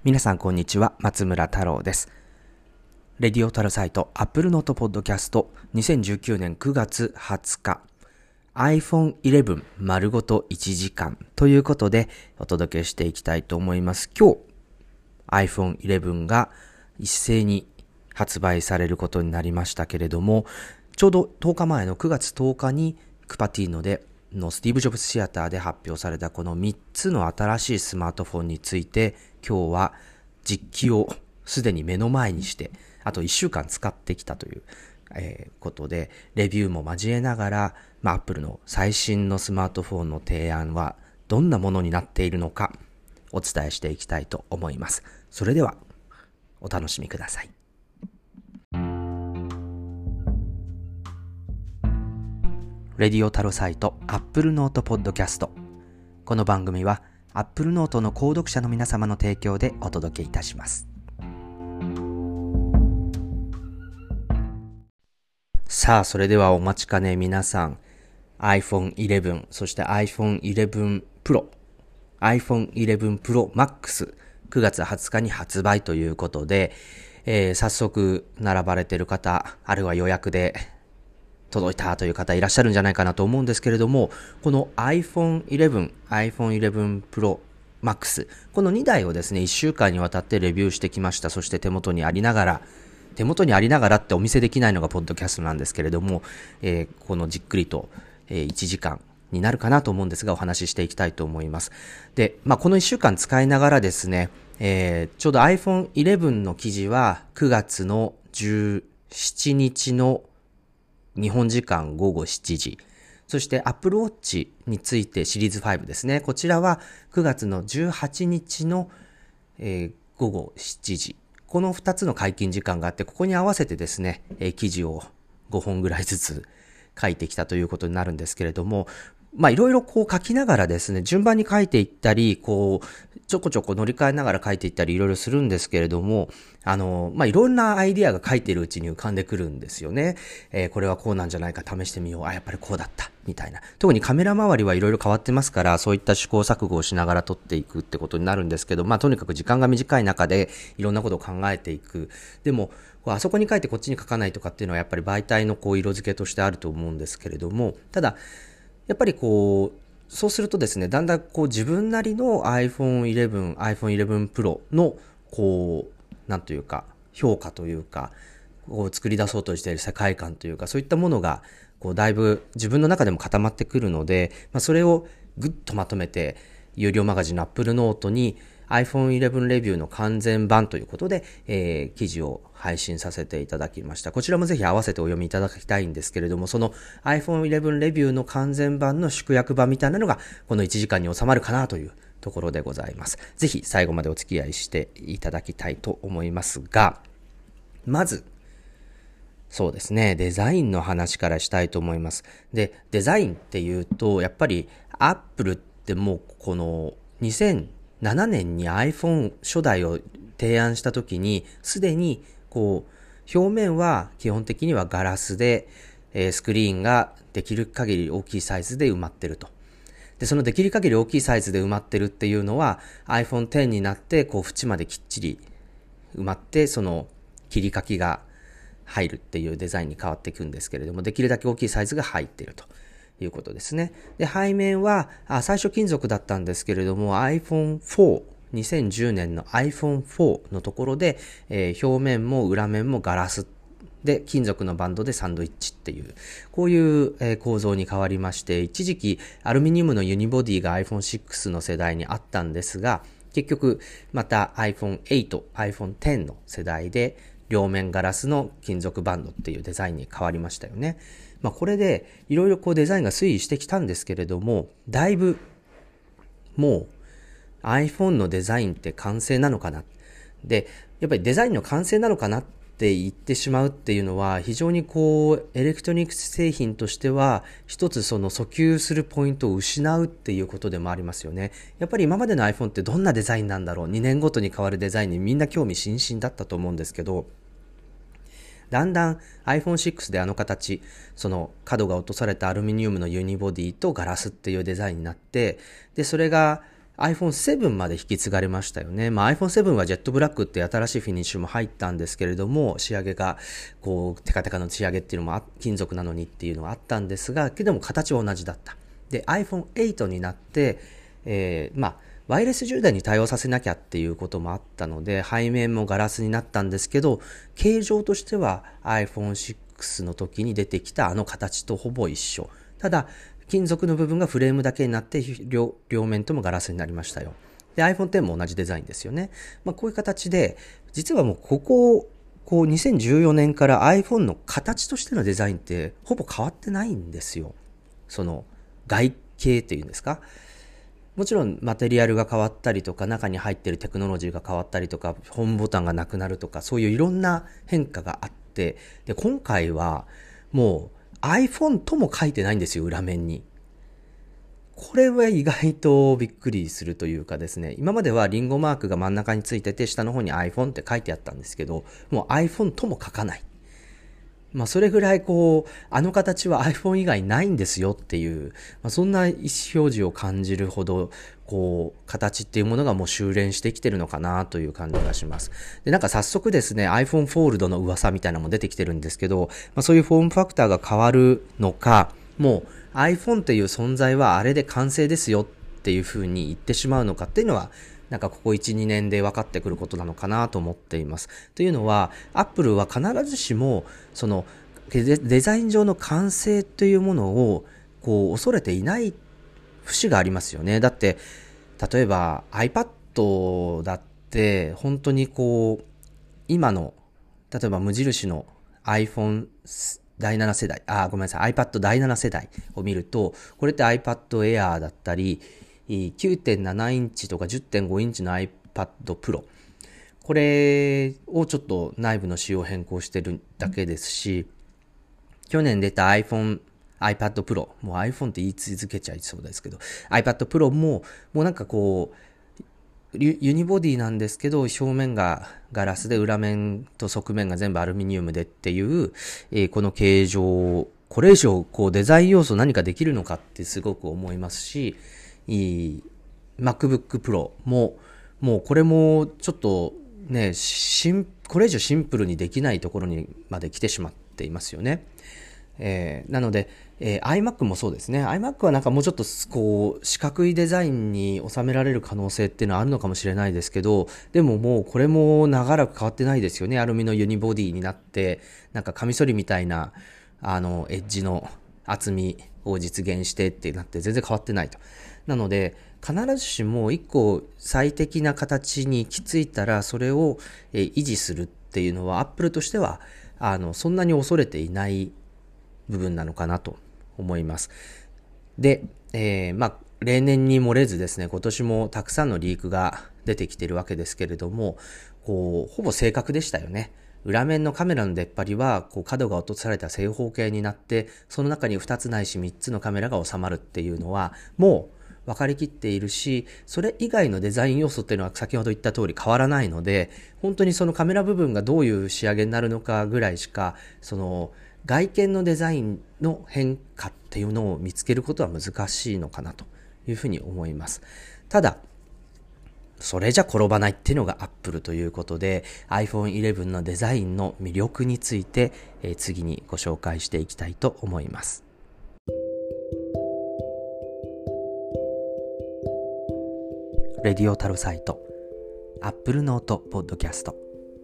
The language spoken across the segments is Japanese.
皆さんこんにちは、松村太郎です。レディオタルサイト Apple Note Podcast 2019年9月20日 iPhone 11丸ごと1時間ということでお届けしていきたいと思います。今日 iPhone 11が一斉に発売されることになりましたけれども、ちょうど10日前の9月10日にクパティーノでのスティーブ・ジョブズシアターで発表されたこの3つの新しいスマートフォンについて今日は実機をすでに目の前にしてあと1週間使ってきたという、ことでレビューも交えながら、Apple の最新のスマートフォンの提案はどんなものになっているのかお伝えしていきたいと思います。それではお楽しみください。レディオタロサイト Apple Note Podcast。この番組は Apple Note の購読者の皆様の提供でお届けいたします。さあ、それではお待ちかね皆さん、iPhone 11、そして iPhone 11 Pro、iPhone 11 Pro Max、9月20日に発売ということで、早速並ばれている方、あるいは予約で届いたという方いらっしゃるんじゃないかなと思うんですけれども、この iPhone 11、iPhone 11 Pro Max、この2台をですね、1週間にわたってレビューしてきました。そして手元にありながらってお見せできないのがポッドキャストなんですけれども、このじっくりと、1時間になるかなと思うんですがお話ししていきたいと思います。で、この1週間使いながらですね、ちょうど iPhone 11の記事は9月の17日の日本時間午後7時。そして Apple Watch についてシリーズ5ですね。こちらは9月の18日の、午後7時。この2つの解禁時間があって、ここに合わせてですね、記事を5本ぐらいずつ書いてきたということになるんですけれども、いろいろ書きながらですね、順番に書いていったり、ちょこちょこ乗り換えながら書いていったりいろいろするんですけれども、いろんなアイディアが書いているうちに浮かんでくるんですよね。これはこうなんじゃないか試してみよう。やっぱりこうだった。みたいな。特にカメラ周りはいろいろ変わってますから、そういった試行錯誤をしながら撮っていくってことになるんですけど、とにかく時間が短い中でいろんなことを考えていく。でも、あそこに書いてこっちに書かないとかっていうのはやっぱり媒体の色付けとしてあると思うんですけれども、ただ、やっぱりそうするとですね、だんだん自分なりの iPhone 11、iPhone 11 Pro のなんというか、評価というか、作り出そうとしている世界観というか、そういったものが、だいぶ自分の中でも固まってくるので、それをぐっとまとめて、有料マガジンの Apple Note に iPhone 11レビューの完全版ということで、記事を配信させていただきました。こちらもぜひ合わせてお読みいただきたいんですけれども、その iPhone 11レビューの完全版の縮約版みたいなのが、この1時間に収まるかなというところでございます。ぜひ最後までお付き合いしていただきたいと思いますが、まず、そうですね、デザインの話からしたいと思います。で、デザインっていうと、やっぱり Apple ってもうこの2007年に iPhone 初代を提案した時に、すでに表面は基本的にはガラスで、スクリーンができる限り大きいサイズで埋まってると。で、そのできる限り大きいサイズで埋まってるっていうのは iPhone X になって縁まできっちり埋まって、その切り欠きが入るっていうデザインに変わっていくんですけれども、できるだけ大きいサイズが入っているということですね。で、背面は最初金属だったんですけれども iPhone 4、2010年の iPhone 4のところで、表面も裏面もガラスで金属のバンドでサンドイッチっていうこういう、構造に変わりまして、一時期アルミニウムのユニボディが iPhone 6の世代にあったんですが、結局また iPhone 8、iPhone 10の世代で両面ガラスの金属バンドっていうデザインに変わりましたよね。これでいろいろデザインが推移してきたんですけれども、だいぶもう iPhone のデザインって完成なのかな。で、やっぱりデザインの完成なのかなって言ってしまうっていうのは非常にエレクトロニクス製品としては一つその訴求するポイントを失うっていうことでもありますよね。やっぱり今までの iPhone ってどんなデザインなんだろう、2年ごとに変わるデザインにみんな興味津々だったと思うんですけど、だんだん iPhone 6で形、その角が落とされたアルミニウムのユニボディとガラスっていうデザインになって、で、それが iPhone7 まで引き継がれましたよね。iPhone7 はジェットブラックって新しいフィニッシュも入ったんですけれども、仕上げがテカテカの仕上げっていうのも金属なのにっていうのがあったんですが、でも形は同じだった。で iPhone8 になって、ワイヤレス充電に対応させなきゃっていうこともあったので、背面もガラスになったんですけど、形状としては iPhone6 の時に出てきたあの形とほぼ一緒。ただ金属の部分がフレームだけになって 両面ともガラスになりましたよ。で iPhone X も同じデザインですよね。こういう形で、実はもう2014年から iPhone の形としてのデザインってほぼ変わってないんですよ。その外形っていうんですか。もちろんマテリアルが変わったりとか、中に入っているテクノロジーが変わったりとか、ホームボタンがなくなるとか、そういういろんな変化があって、で今回はもう iPhone とも書いてないんですよ、裏面に。これは意外とびっくりするというかですね、今まではリンゴマークが真ん中についてて、下の方に iPhone って書いてあったんですけど、もう iPhone とも書かない。それぐらいあの形は iPhone 以外ないんですよっていう、そんな意思表示を感じるほど、形っていうものがもう修練してきてるのかなという感じがします。で、早速ですね、iPhone Fold の噂みたいなのも出てきてるんですけど、そういうフォームファクターが変わるのか、もう iPhone っていう存在はあれで完成ですよっていう風に言ってしまうのかっていうのは、ここ 1,2 年で分かってくることなのかなと思っています。というのは、Apple は必ずしも、そのデザイン上の完成というものを恐れていない節がありますよね。だって、例えば iPad だって本当に今の例えば無印の iPhone 第7世代、iPad 第7世代を見ると、これって iPad Air だったり 9.7 インチとか 10.5 インチの iPad Pro、 これをちょっと内部の仕様変更してるだけですし、去年出た iPad Pro、 もう iPhone って言い続けちゃいそうですけど、 iPad Pro もユニボディなんですけど、表面がガラスで裏面と側面が全部アルミニウムでっていう、この形状、これ以上デザイン要素何かできるのかってすごく思いますし、MacBook Pro ももうこれもちょっとね、これ以上シンプルにできないところにまで来てしまっていますよね。なので、iMac もそうですね。iMac はもうちょっと四角いデザインに収められる可能性っていうのはあるのかもしれないですけど、でももうこれも長らく変わってないですよね。アルミのユニボディになって、カミソリみたいなエッジの厚みを実現してってなって全然変わってないと。なので必ずしも一個最適な形に行き着いたらそれを維持するっていうのは Apple としてはそんなに恐れていない部分なのかなと思います。で、例年に漏れずですね、今年もたくさんのリークが出てきているわけですけれども、ほぼ正確でしたよね。裏面のカメラの出っ張りは角が落とされた正方形になって、その中に2つないし3つのカメラが収まるっていうのはもう分かりきっているし、それ以外のデザイン要素っていうのは先ほど言った通り変わらないので、本当にそのカメラ部分がどういう仕上げになるのかぐらいしか、その外見のデザインの変化っていうのを見つけることは難しいのかなというふうに思います。ただそれじゃ転ばないっていうのが Apple ということで、 iPhone 11のデザインの魅力について、次にご紹介していきたいと思います。レディオタルサイト Apple Note Podcast。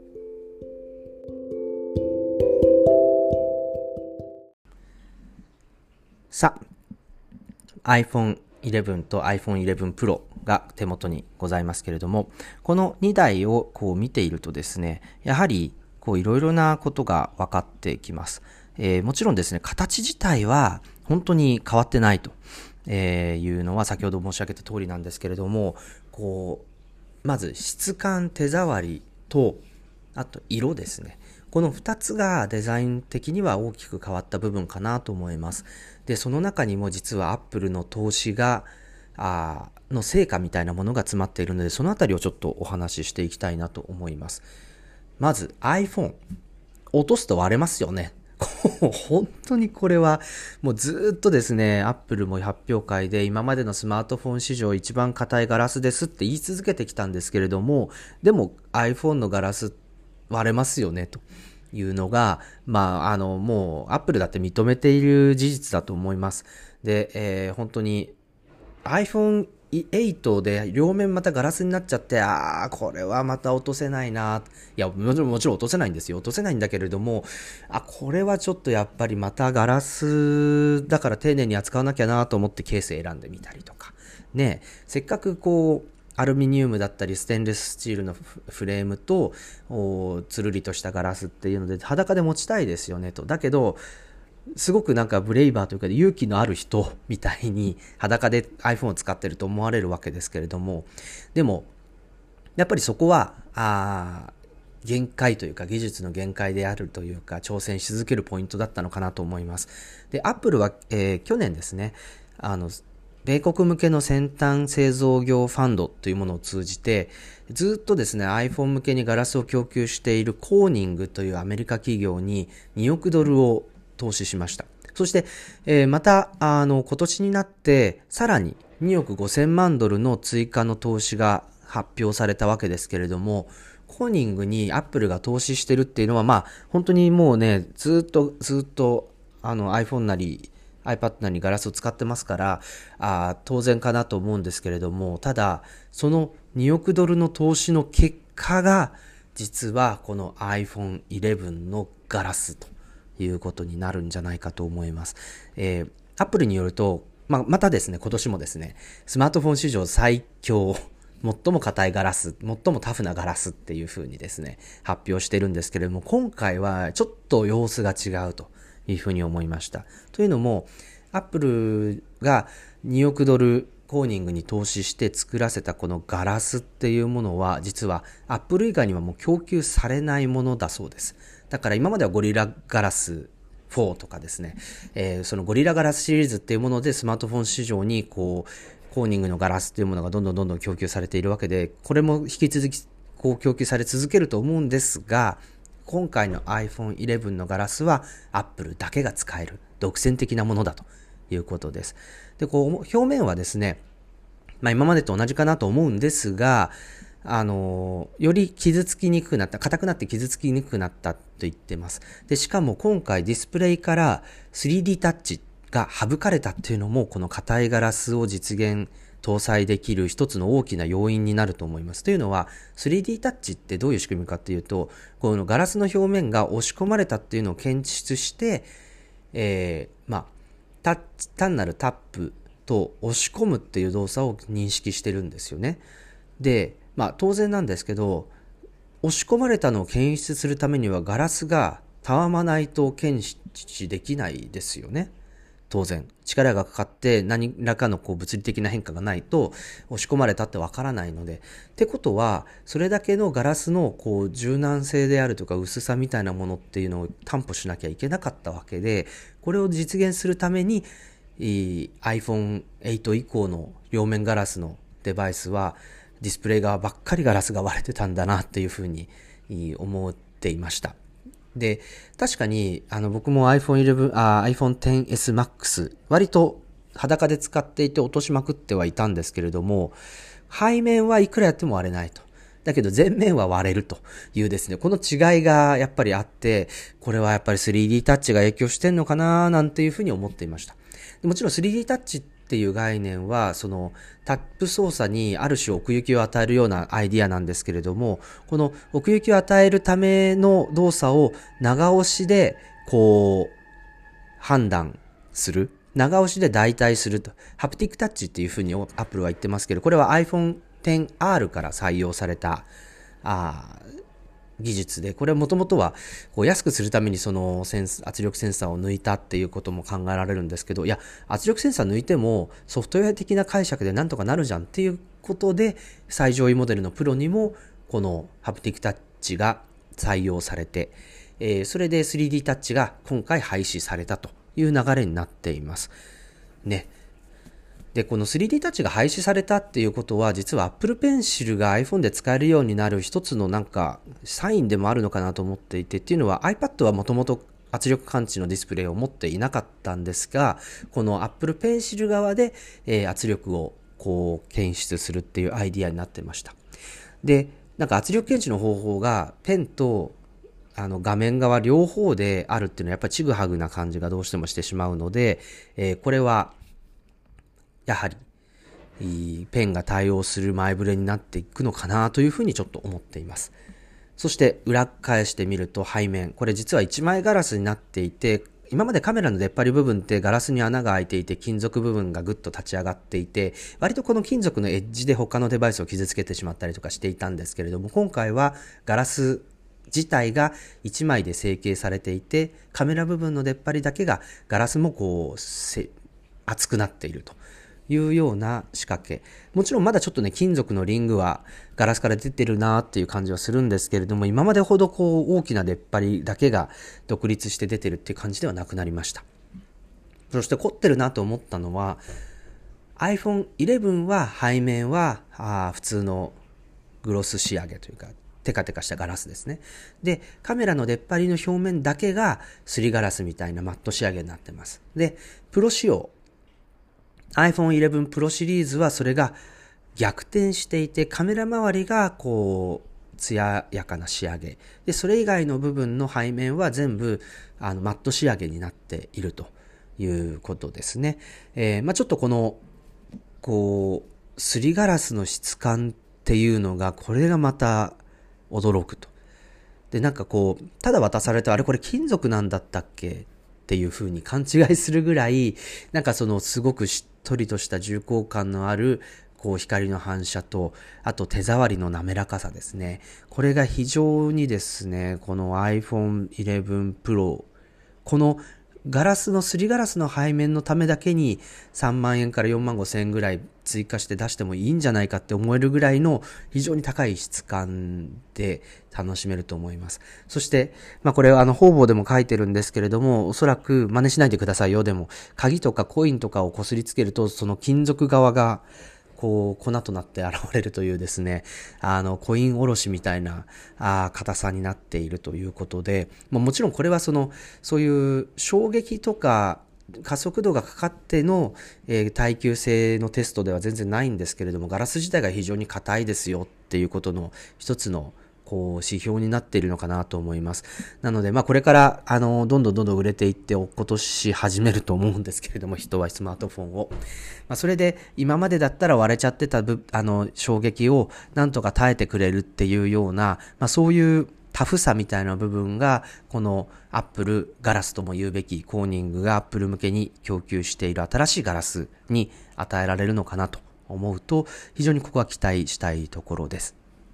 さあ、iPhone 11と iPhone 11 Pro が手元にございますけれども、この2台を見ているとですね、やはりいろいろなことが分かってきます。もちろんですね、形自体は本当に変わってないというのは先ほど申し上げた通りなんですけれども、まず質感、手触りとあと色ですね。この2つがデザイン的には大きく変わった部分かなと思います。で、その中にも実は Apple の投資がの成果みたいなものが詰まっているので、そのあたりをちょっとお話ししていきたいなと思います。まず iPhone、落とすと割れますよね。 本当にこれはもうずっとですね、アップルも発表会で今までのスマートフォン史上一番硬いガラスですって言い続けてきたんですけれども、でも iPhone のガラス割れますよねというのが、もうアップルだって認めている事実だと思います。で、本当に iPhone8 で両面またガラスになっちゃって、これはまた落とせないな。いや、もちろん落とせないんですよ。落とせないんだけれども、これはちょっとやっぱりまたガラスだから丁寧に扱わなきゃなと思ってケース選んでみたりとか。ね、せっかくこう、アルミニウムだったりステンレススチールのフレームとつるりとしたガラスっていうので裸で持ちたいですよねと。だけどすごくなんかブレイバーというか勇気のある人みたいに裸で iPhone を使ってると思われるわけですけれども、でもやっぱりそこは限界というか技術の限界であるというか挑戦し続けるポイントだったのかなと思います。で、Apple は、去年ですね、米国向けの先端製造業ファンドというものを通じてずっとですね iPhone 向けにガラスを供給しているコーニングというアメリカ企業に2億ドルを投資しました。そして、また今年になってさらに2億5000万ドルの追加の投資が発表されたわけですけれども、コーニングにアップルが投資してるっていうのは本当にもうねずっとiPhone なりiPad なりガラスを使ってますから当然かなと思うんですけれども、ただその2億ドルの投資の結果が実はこの iPhone 11のガラスということになるんじゃないかと思います。Apple によると、またですね今年もですねスマートフォン史上最強最も硬いガラス、最もタフなガラスっていう風にですね発表してるんですけれども、今回はちょっと様子が違うというふうに思いました。というのも、アップルが2億ドルコーニングに投資して作らせたこのガラスっていうものは、実はアップル以外にはもう供給されないものだそうです。だから今まではゴリラガラス4とかですね、そのゴリラガラスシリーズっていうものでスマートフォン市場にコーニングのガラスっていうものがどんどん供給されているわけで、これも引き続き供給され続けると思うんですが、今回の iPhone 11のガラスは Apple だけが使える独占的なものだということです。で、表面はですね、今までと同じかなと思うんですが、より傷つきにくくなった、硬くなって傷つきにくくなったと言ってます。で、しかも今回ディスプレイから 3D タッチが省かれたっていうのも、この硬いガラスを実現搭載できる一つの大きな要因になると思います。というのは 3D タッチってどういう仕組みかっていうと、このガラスの表面が押し込まれたっていうのを検出して、単なるタップと押し込むっていう動作を認識してるんですよね。で、当然なんですけど、押し込まれたのを検出するためにはガラスがたわまないと検知できないですよね。当然力がかかって何らかの物理的な変化がないと押し込まれたってわからないので、ってことはそれだけのガラスの柔軟性であるとか薄さみたいなものっていうのを担保しなきゃいけなかったわけで、これを実現するためにiPhone8 以降の両面ガラスのデバイスはディスプレイ側ばっかりガラスが割れてたんだなっていうふうに思っていました。で、確かに僕も iPhone XS Max 割と裸で使っていて落としまくってはいたんですけれども、背面はいくらやっても割れないと。だけど前面は割れるというですね、この違いがやっぱりあって、これはやっぱり 3D タッチが影響してんのかななんていうふうに思っていました。もちろん 3D タッチっていう概念はそのタップ操作にある種奥行きを与えるようなアイディアなんですけれども、この奥行きを与えるための動作を長押しで判断する、長押しで代替すると、ハプティックタッチっていうふうにアップルは言ってますけど、これは iPhone XR から採用された技術で、これはもともとは安くするためにその圧力センサーを抜いたっていうことも考えられるんですけど、いや圧力センサー抜いてもソフトウェア的な解釈でなんとかなるじゃんっていうことで、最上位モデルのプロにもこのハプティックタッチが採用されて、それで 3D タッチが今回廃止されたという流れになっていますね。で、この 3D タッチが廃止されたっていうことは、実は Apple Pencil が iPhone で使えるようになる一つのサインでもあるのかなと思っていて、っていうのは iPad はもともと圧力感知のディスプレイを持っていなかったんですが、この Apple Pencil 側で、圧力をこう検出するっていうアイディアになってました。で、なんか圧力検知の方法がペンと画面側両方であるっていうのはやっぱりちぐはぐな感じがどうしてもしてしまうので、これはやはりペンが対応する前触れになっていくのかなというふうにちょっと思っています。そして裏返してみると背面、これ実は一枚ガラスになっていて、今までカメラの出っ張り部分ってガラスに穴が開いていて金属部分がぐっと立ち上がっていて、割とこの金属のエッジで他のデバイスを傷つけてしまったりとかしていたんですけれども、今回はガラス自体が1枚で成形されていて、カメラ部分の出っ張りだけがガラスもこう厚くなっているというような仕掛け。もちろんまだちょっとね、金属のリングはガラスから出てるなっていう感じはするんですけれども、今までほどこう大きな出っ張りだけが独立して出てるっていう感じではなくなりました。そして凝ってるなと思ったのは、iPhone 11は背面は普通のグロス仕上げというか、テカテカしたガラスですね。で、カメラの出っ張りの表面だけがすりガラスみたいなマット仕上げになってます。で、プロ仕様、iPhone 11 Pro シリーズはそれが逆転していて、カメラ周りがこう艶やかな仕上げで、それ以外の部分の背面は全部マット仕上げになっているということですね。ちょっとこのこうすりガラスの質感っていうのが、これがまた驚くと。で、なんかこうただ渡されて、あれこれ金属なんだったっけっていう風に勘違いするぐらい、なんかそのすごくしっとりとした重厚感のあるこう光の反射と、あと手触りの滑らかさですね。これが非常にですね、この iPhone 11 Pro、このガラスのすりガラスの背面のためだけに3万円から4万5千円ぐらい追加して出してもいいんじゃないかって思えるぐらいの非常に高い質感で楽しめると思います。そして、これは方々でも書いてるんですけれども、おそらく真似しないでくださいよ。でも、鍵とかコインとかをこすりつけると、その金属側がこう粉となって現れるというですね、コインおろしみたいな硬さになっているということで、もちろんこれはそういう衝撃とか加速度がかかっての、耐久性のテストでは全然ないんですけれども、ガラス自体が非常に硬いですよっていうことの一つのこう指標になっているのかなと思います。なので、これからどんどん売れていって落っことし始めると思うんですけれども、人はスマートフォンを、それで今までだったら割れちゃってた衝撃をなんとか耐えてくれるっていうような、そういうタフさみたいな部分がこのアップルガラスとも言うべきコーニングがアップル向けに供給している新しいガラスに与えられるのかなと思うと、非常にここは期待したいところです。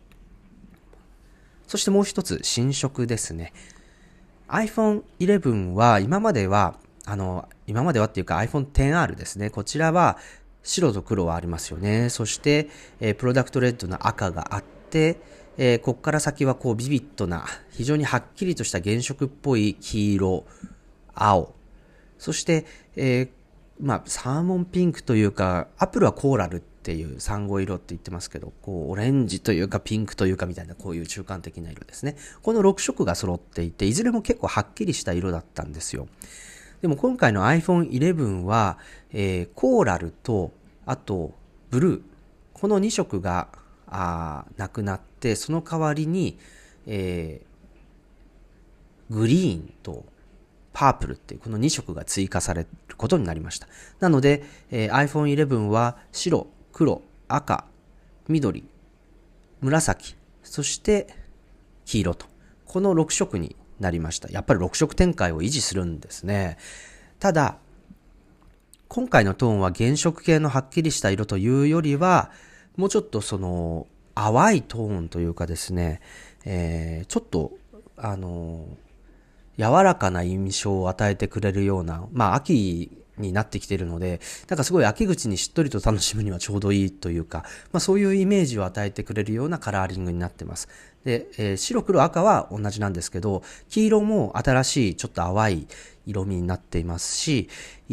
そしてもう一つ新色ですね。iPhone 11は今まではっていうか iPhone XR ですね。こちらは白と黒はありますよね。そして、プロダクトレッドの赤があって、ここから先はこうビビッドな非常にはっきりとした原色っぽい黄色、青、そして、サーモンピンクというか、アップルはコーラルっていう産後色って言ってますけど、こうオレンジというかピンクというかみたいな、こういう中間的な色ですね。この6色が揃っていて、いずれも結構はっきりした色だったんですよ。でも今回の iPhone 11は、コーラルとあとブルー、この2色がなくなって、その代わりに、グリーンとパープルっていうこの2色が追加されることになりました。なので、iPhone 11は白、黒、赤、緑、紫、そして黄色と、この6色になりました。やっぱり6色展開を維持するんですね。ただ、今回のトーンは原色系のはっきりした色というよりは、もうちょっと淡いトーンというかですね、ちょっと、柔らかな印象を与えてくれるような、秋になってきているので、なんかすごい秋口にしっとりと楽しむにはちょうどいいというか、そういうイメージを与えてくれるようなカラーリングになってます。で、白黒赤は同じなんですけど、黄色も新しいちょっと淡い色味になっていますし、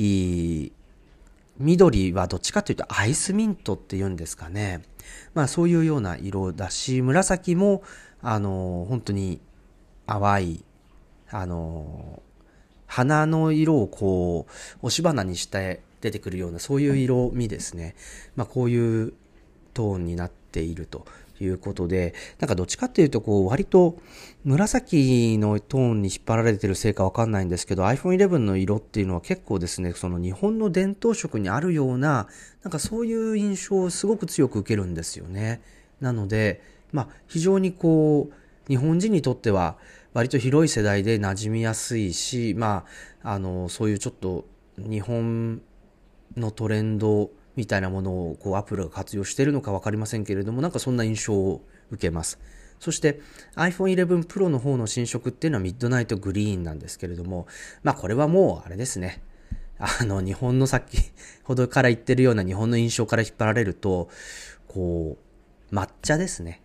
緑はどっちかというとアイスミントっていうんですかね。そういうような色だし、紫も本当に淡い花の色をこう押し花にして出てくるようなそういう色味ですね。こういうトーンになっているということで、なんかどっちかっていうとこう割と紫のトーンに引っ張られてるせいかわかんないんですけど、 iPhone 11の色っていうのは結構ですね、その日本の伝統色にあるような、なんかそういう印象をすごく強く受けるんですよね。なので非常にこう日本人にとっては割と広い世代で馴染みやすいし、そういうちょっと日本のトレンドみたいなものをこうアップルが活用しているのか分かりませんけれども、なんかそんな印象を受けます。そして iPhone 11 Pro の方の新色っていうのはミッドナイトグリーンなんですけれども、これはもうあれですね、日本のさっきほどから言ってるような日本の印象から引っ張られると、こう抹茶ですね。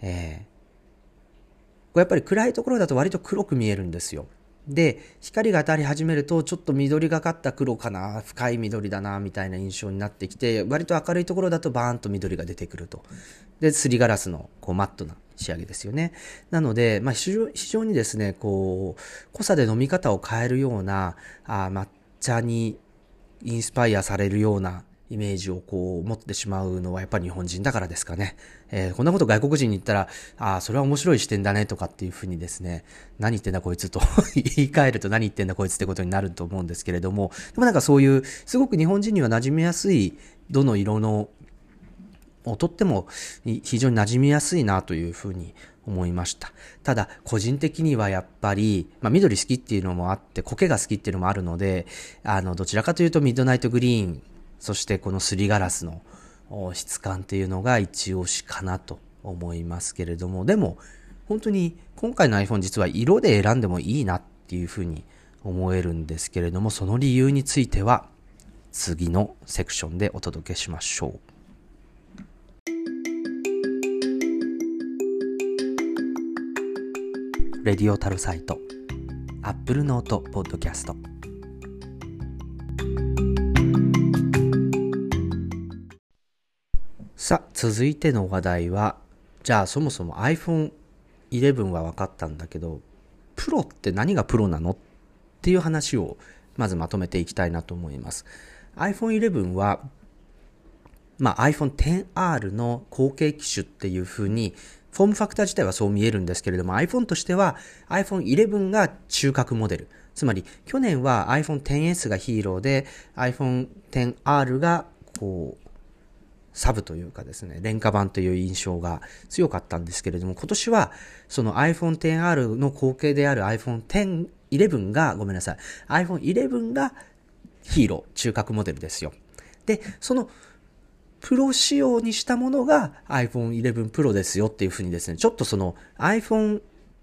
これやっぱり暗いところだと割と黒く見えるんですよ。で、光が当たり始めるとちょっと緑がかった黒かな、深い緑だなみたいな印象になってきて、割と明るいところだとバーンと緑が出てくると。で、すりガラスのこうマットな仕上げですよね。なので、非常にですね、こう濃さで飲み方を変えるような抹茶にインスパイアされるようなイメージをこう持ってしまうのはやっぱり日本人だからですかね。こんなこと外国人に言ったら、それは面白い視点だねとかっていうふうにですね、何言ってんだこいつと言い換えると何言ってんだこいつってことになると思うんですけれども、でもなんかそういうすごく日本人には馴染みやすいどの色のをとっても非常に馴染みやすいなというふうに思いました。ただ個人的にはやっぱり、緑好きっていうのもあって苔が好きっていうのもあるので、どちらかというとミッドナイトグリーン、そしてこのすりガラスの質感っていうのが一押しかなと思いますけれども、でも本当に今回の iPhone 実は色で選んでもいいなっていうふうに思えるんですけれども、その理由については次のセクションでお届けしましょう。レディオタルサイト、アップルノートポッドキャスト。さあ、続いての話題は、じゃあそもそも iPhone 11は分かったんだけど、プロって何がプロなのっていう話をまずまとめていきたいなと思います。iPhone 11は、iPhone XR の後継機種っていう風にフォームファクター自体はそう見えるんですけれども、 iPhone としては iPhone 11が中核モデル、つまり去年は iPhone XS がヒーローで iPhone XR がこうサブというかですね、廉価版という印象が強かったんですけれども、今年はその iPhone XR の後継である iPhone XI が、iPhone 11がヒーロー、中核モデルですよ。で、そのプロ仕様にしたものが iPhone 11 Pro ですよっていうふうにですね、ちょっとその iPhone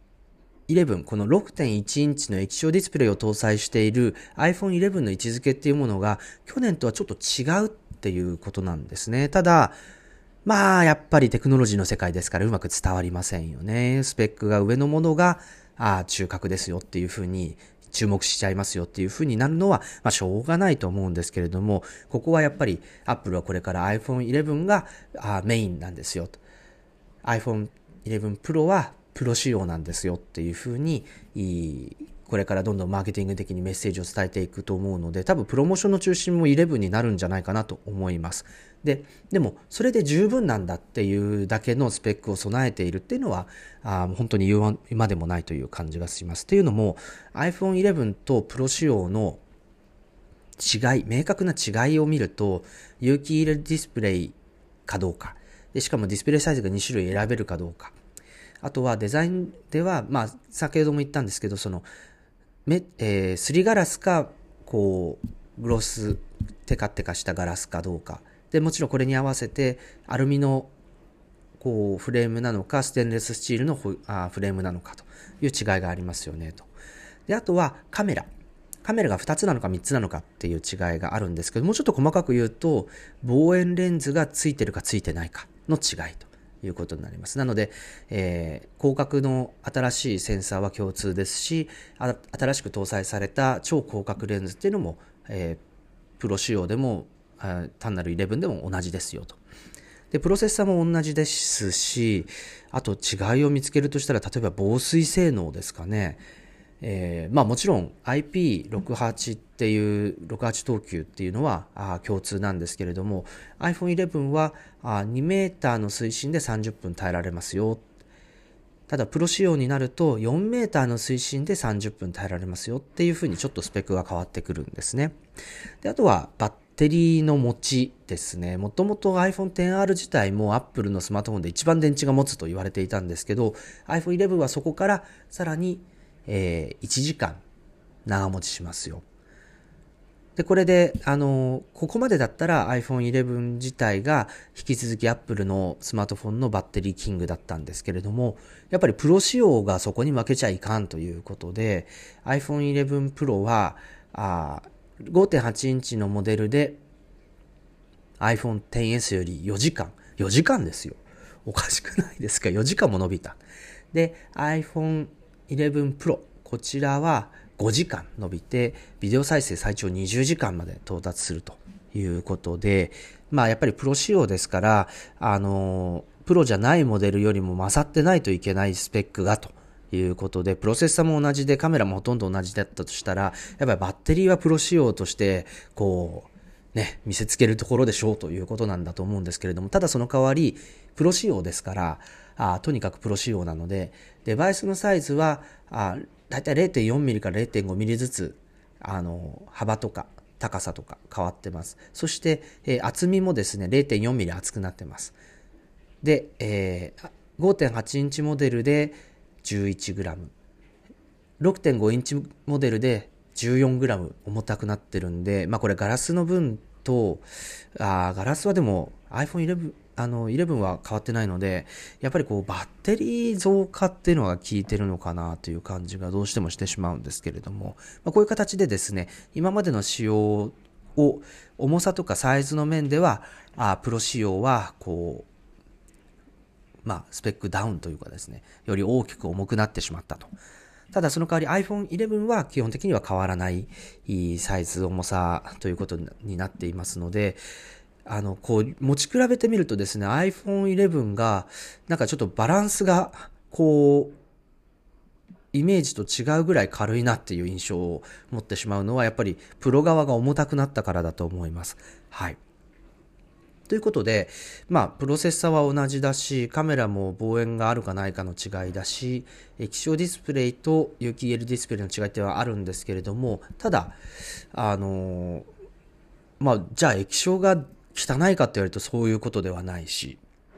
11、この 6.1 インチの液晶ディスプレイを搭載している iPhone 11の位置づけっていうものが去年とはちょっと違うっていうことなんですね。ただ、やっぱりテクノロジーの世界ですからうまく伝わりませんよね。スペックが上のものが、中核ですよっていうふうに注目しちゃいますよっていうふうになるのは、しょうがないと思うんですけれども、ここはやっぱり Apple はこれから iPhone 11がメインなんですよと。iPhone 11 Pro はプロ仕様なんですよっていうふうに、これからどんどんマーケティング的にメッセージを伝えていくと思うので、多分プロモーションの中心も11になるんじゃないかなと思います。でもそれで十分なんだっていうだけのスペックを備えているっていうのは本当に言うまでもないという感じがします。というのも iPhone 11とプロ仕様の違い、明確な違いを見ると、有機 EL ディスプレイかどうかで、しかもディスプレイサイズが2種類選べるかどうか、あとはデザインでは、先ほども言ったんですけど、そのすりガラスかこうグロステカテカしたガラスかどうかで、もちろんこれに合わせてアルミのこうフレームなのかステンレススチールのフレームなのかという違いがありますよねと。で、あとはカメラが2つなのか3つなのかっていう違いがあるんですけども、ちょっと細かく言うと望遠レンズがついてるかついてないかの違いということになります。なので、広角の新しいセンサーは共通ですし、新しく搭載された超広角レンズっていうのも、プロ仕様でも単なる11でも同じですよと。で、プロセッサーも同じですし、あと違いを見つけるとしたら、例えば防水性能ですかね。 まあもちろん IP68 っていう68等級っていうのは共通なんですけれども、 iPhone 11は2メーターの水深で30分耐えられますよ。ただプロ仕様になると4メーターの水深で30分耐えられますよっていうふうにちょっとスペックが変わってくるんですね。で、あとはバッテリーの持ちですね。もともと iPhone XR 自体も Apple のスマートフォンで一番電池が持つと言われていたんですけど、 iPhone 11はそこからさらに1時間長持ちしますよ。で、これで、ここまでだったら iPhone 11自体が引き続き Apple のスマートフォンのバッテリーキングだったんですけれども、やっぱりプロ仕様がそこに負けちゃいかんということで、iPhone 11 Pro は5.8 インチのモデルで iPhone XS より4時間ですよ。おかしくないですか？ 4 時間も伸びた。で、iPhone 11 Pro、こちらは5時間伸びて、ビデオ再生最長20時間まで到達するということで、まあやっぱりプロ仕様ですから、プロじゃないモデルよりも勝ってないといけないスペックがということで、プロセッサーも同じでカメラもほとんど同じだったとしたら、やっぱりバッテリーはプロ仕様として、見せつけるところでしょうということなんだと思うんですけれども、ただその代わり、プロ仕様ですから、とにかくプロ仕様なので、デバイスのサイズは、だいたい 0.4 ミリから 0.5 ミリずつ、幅とか高さとか変わってます。そして、厚みもですね、0.4 ミリ厚くなってます。で、5.8 インチモデルで 11g、6.5 インチモデルで 14g 重たくなってるんで、まあこれガラスの分と、ガラスはでも iPhone 11、11は変わってないので、やっぱりこうバッテリー増加っていうのが効いてるのかなという感じがどうしてもしてしまうんですけれども、まあ、こういう形でですね、今までの仕様を重さとかサイズの面では、プロ仕様はスペックダウンというかですね、より大きく重くなってしまったと。ただその代わり iPhone 11は基本的には変わらないサイズ、重さということになっていますので、持ち比べてみるとですね、iPhone 11が、なんかちょっとバランスが、イメージと違うぐらい軽いなっていう印象を持ってしまうのは、やっぱりプロ側が重たくなったからだと思います。はい。ということで、プロセッサーは同じだし、カメラも望遠があるかないかの違いだし、液晶ディスプレイと有機 EL ディスプレイの違いってはあるんですけれども、ただ、じゃあ液晶が汚いかって言われるとそういうことではないし、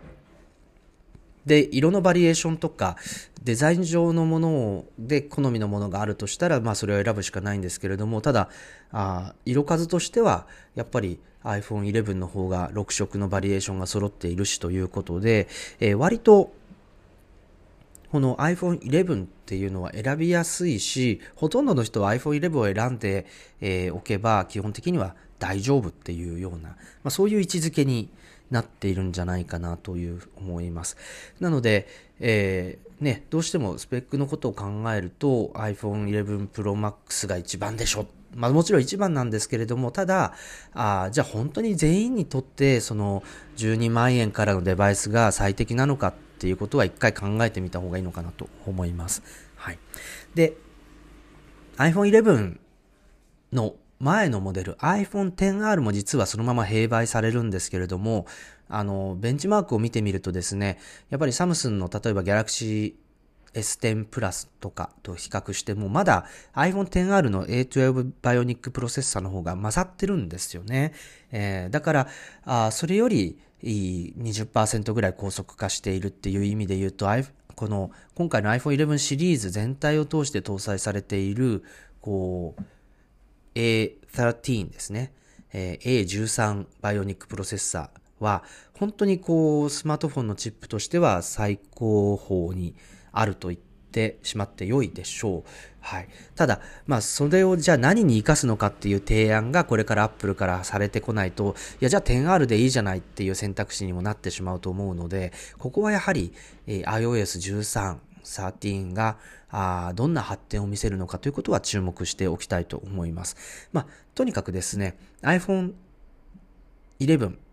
で、色のバリエーションとか、デザイン上のもので好みのものがあるとしたら、それを選ぶしかないんですけれども、ただ、色数としては、やっぱり iPhone 11の方が6色のバリエーションが揃っているしということで、割と、この iPhone 11っていうのは選びやすいし、ほとんどの人は iPhone 11を選んで、おけば、基本的には大丈夫っていうような、そういう位置づけになっているんじゃないかなという思います。なので、どうしてもスペックのことを考えると iPhone 11 Pro Max が一番でしょ。もちろん一番なんですけれども、ただ、じゃあ本当に全員にとってその12万円からのデバイスが最適なのかっていうことは一回考えてみた方がいいのかなと思います。はい。で、iPhone 11の前のモデル iPhone XR も実はそのまま併売されるんですけれども、ベンチマークを見てみるとですね、やっぱりサムスンの例えば Galaxy S10 プラスとかと比較しても、まだ iPhone XR の A12 バイオニックプロセッサーの方が勝ってるんですよね。だから、それより20% ぐらい高速化しているっていう意味で言うと、今回の iPhone 11シリーズ全体を通して搭載されている、A13 ですね。A13 バイオニックプロセッサーは、本当にスマートフォンのチップとしては最高峰にあると言ってしまって良いでしょう。はい。ただ、それをじゃあ何に活かすのかっていう提案がこれから Apple からされてこないと、いや、じゃあ 10R でいいじゃないっていう選択肢にもなってしまうと思うので、ここはやはり、iOS 13、13がどんな発展を見せるのかということは注目しておきたいと思います。とにかくですね、iPhone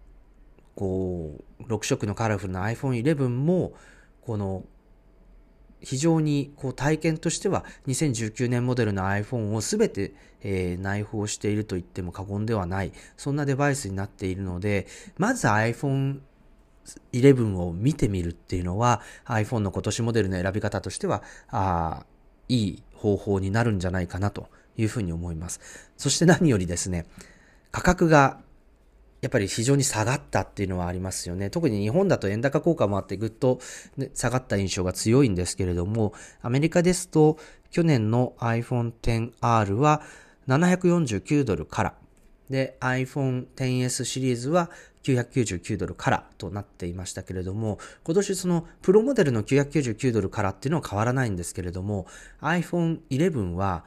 11、6色のカラフルな iPhone 11も、この非常にこう体験としては2019年モデルの iPhone を全て、内包していると言っても過言ではない、そんなデバイスになっているので、まず iPhone 11を見てみるっていうのは iPhone の今年モデルの選び方としてはいい方法になるんじゃないかなというふうに思います。そして何よりですね、価格がやっぱり非常に下がったっていうのはありますよね。特に日本だと円高効果もあってぐっと、ね、下がった印象が強いんですけれども、アメリカですと去年の iPhone XR は$749からで iPhone XS シリーズは$999からとなっていましたけれども、今年そのプロモデルの$999からっていうのは変わらないんですけれども、 iPhone 11は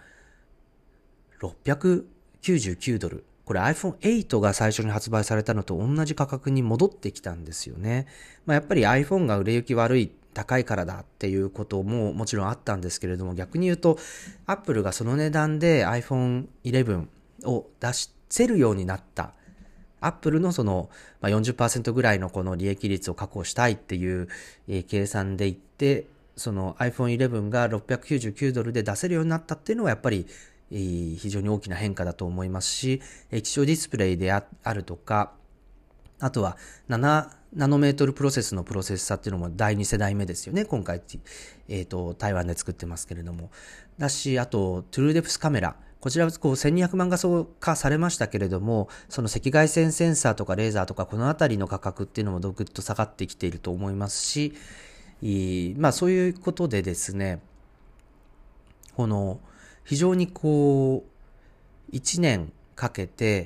$699、これ iPhone 8が最初に発売されたのと同じ価格に戻ってきたんですよね。やっぱり iPhone が売れ行き悪い、高いからだっていうことももちろんあったんですけれども、逆に言うと Apple がその値段で iPhone 11を出せるようになった、Apple のその 40% ぐらいのこの利益率を確保したいっていう計算でいって、その iPhone 11が$699で出せるようになったっていうのはやっぱり非常に大きな変化だと思いますし、液晶ディスプレイであるとか、あとは7ナノメートルプロセスのプロセッサーっていうのも第2世代目ですよね。今回、台湾で作ってますけれども。だし、あと、トゥルーデプスカメラ。こちらは1200万画素化されましたけれども、その赤外線センサーとかレーザーとかこのあたりの価格っていうのもぐっと下がってきていると思いますし、そういうことでですね、この非常に1年かけて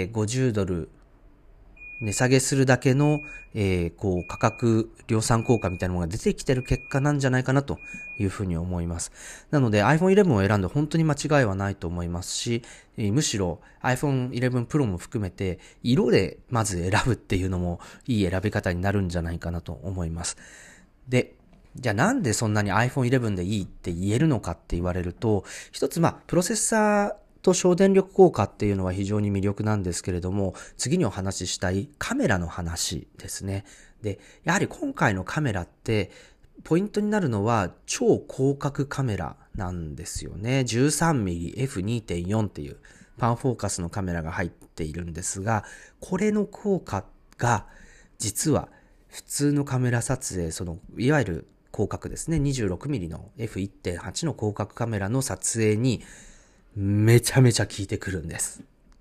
$50値下げするだけの、価格量産効果みたいなものが出てきてる結果なんじゃないかなというふうに思います。なので iPhone 11を選んで本当に間違いはないと思いますし、むしろ iPhone 11 Pro も含めて色でまず選ぶっていうのもいい選び方になるんじゃないかなと思います。で、じゃあなんでそんなに iPhone 11でいいって言えるのかって言われると、一つプロセッサーと省電力効果っていうのは非常に魅力なんですけれども、次にお話ししたいカメラの話ですね。で、やはり今回のカメラってポイントになるのは超広角カメラなんですよね。13mmF2.4 っていうパンフォーカスのカメラが入っているんですが、これの効果が実は普通のカメラ撮影、いわゆる広角ですね、26mm の F1.8 の広角カメラの撮影にめちゃめちゃ効いてくるんです。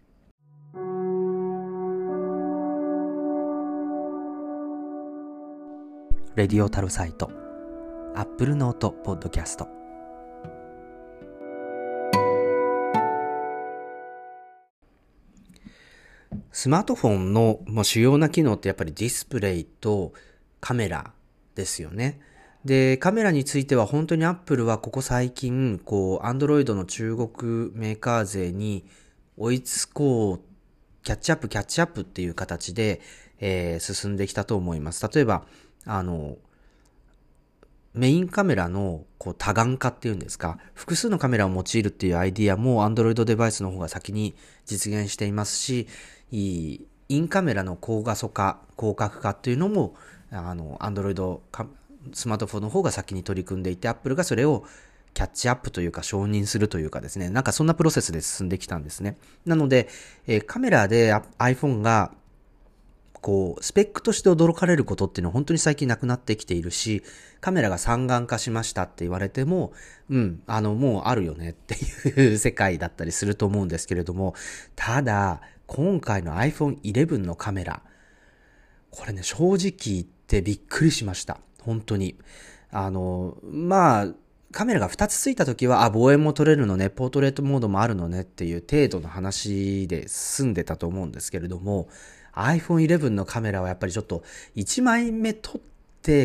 レディオタルサイト、Apple Note Podcast。スマートフォンの主要な機能ってやっぱりディスプレイとカメラですよね。で、カメラについては本当に Apple はここ最近、Android の中国メーカー勢に追いつこう、キャッチアップっていう形で、進んできたと思います。例えば、メインカメラの多眼化っていうんですか、複数のカメラを用いるっていうアイディアも Android デバイスの方が先に実現していますし、インカメラの高画素化、広角化っていうのもAndroid スマートフォンの方が先に取り組んでいて、Apple がそれをキャッチアップというか承認するというかですね、なんかそんなプロセスで進んできたんですね。なので、カメラで iPhone がスペックとして驚かれることっていうのは本当に最近なくなってきているし、カメラが三眼化しましたって言われても、もうあるよねっていう世界だったりすると思うんですけれども、ただ、今回の iPhone 11のカメラ、これね、正直言ってびっくりしました。本当に。カメラが2つついたときは、望遠も撮れるのね、ポートレートモードもあるのねっていう程度の話で済んでたと思うんですけれども、iPhone 11のカメラはやっぱりちょっと1枚目撮って、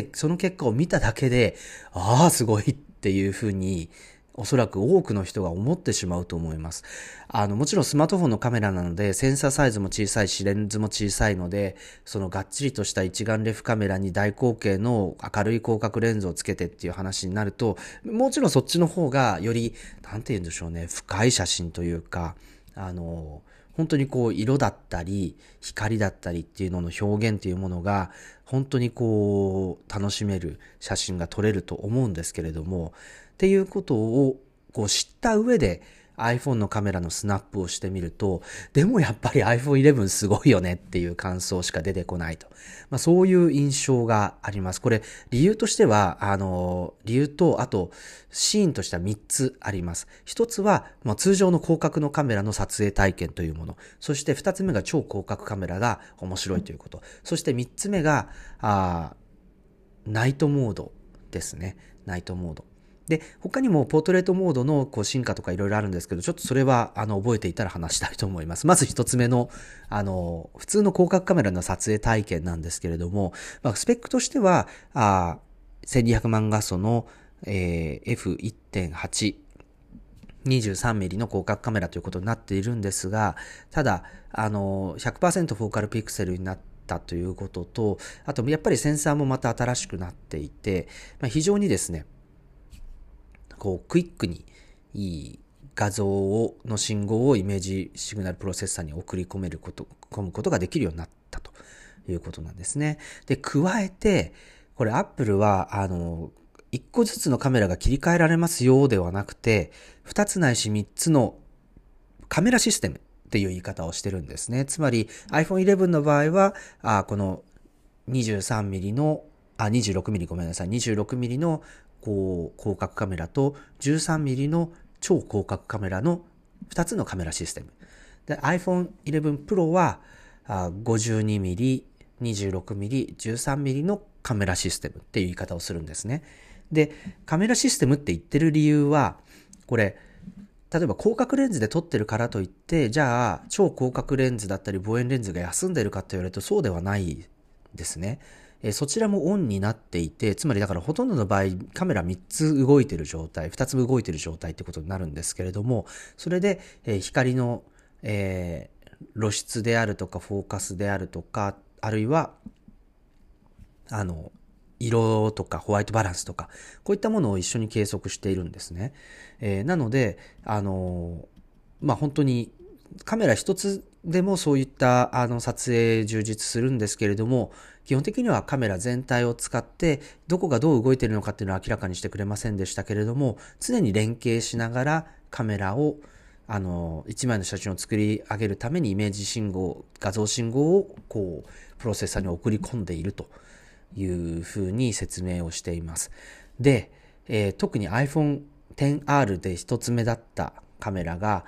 その結果を見ただけで、すごいっていう風に、おそらく多くの人が思ってしまうと思います。もちろんスマートフォンのカメラなので、センサーサイズも小さいし、レンズも小さいので、そのがっちりとした一眼レフカメラに大口径の明るい広角レンズをつけてっていう話になると、もちろんそっちの方がより、なんて言うんでしょうね、深い写真というか、 本当にこう色だったり光だったりっていうのの表現っていうものが本当にこう楽しめる写真が撮れると思うんですけれども、っていうことをこう知った上で iPhone のカメラのスナップをしてみると、でもやっぱり iPhone 11すごいよねっていう感想しか出てこないと。そういう印象があります。これ理由としては、理由とあとシーンとしては3つあります。1つは、通常の広角のカメラの撮影体験というもの。そして2つ目が超広角カメラが面白いということ。そして3つ目が、ナイトモードですね。ナイトモード。で、他にもポートレートモードの進化とかいろいろあるんですけど、ちょっとそれは覚えていたら話したいと思います。まず一つ目の普通の広角カメラの撮影体験なんですけれども、スペックとしては1200万画素の、F1.8 23mm の広角カメラということになっているんですが、ただ100% フォーカルピクセルになったということと、あとやっぱりセンサーもまた新しくなっていて、非常にですねクイックにいい画像の信号をイメージシグナルプロセッサーに送り込むことができるようになったということなんですね。で、加えて、これ Apple は、1個ずつのカメラが切り替えられますよではなくて、2つないし3つのカメラシステムっていう言い方をしてるんですね。つまり iPhone 11の場合は、この 23mm の、26mm ごめんなさい、26mm の広角カメラと 13mm の超広角カメラの2つのカメラシステム。で、iPhone 11 Pro は 52mm、26mm、13mm のカメラシステムっていう言い方をするんですね。で、カメラシステムって言ってる理由は、これ、例えば広角レンズで撮ってるからといって、じゃあ超広角レンズだったり望遠レンズが休んでるかって言われるとそうではないですね。そちらもオンになっていて、つまりだからほとんどの場合カメラ3つ動いてる状態、2つ動いてる状態ってことになるんですけれども、それで、光の、露出であるとかフォーカスであるとか、あるいは色とかホワイトバランスとか、こういったものを一緒に計測しているんですね。なので本当にカメラ一つでもそういった撮影充実するんですけれども、基本的にはカメラ全体を使ってどこがどう動いているのかっていうのは明らかにしてくれませんでしたけれども、常に連携しながらカメラを一枚の写真を作り上げるためにイメージ信号、画像信号をプロセッサーに送り込んでいるというふうに説明をしています。で、特に iPhone XR で一つ目だったカメラが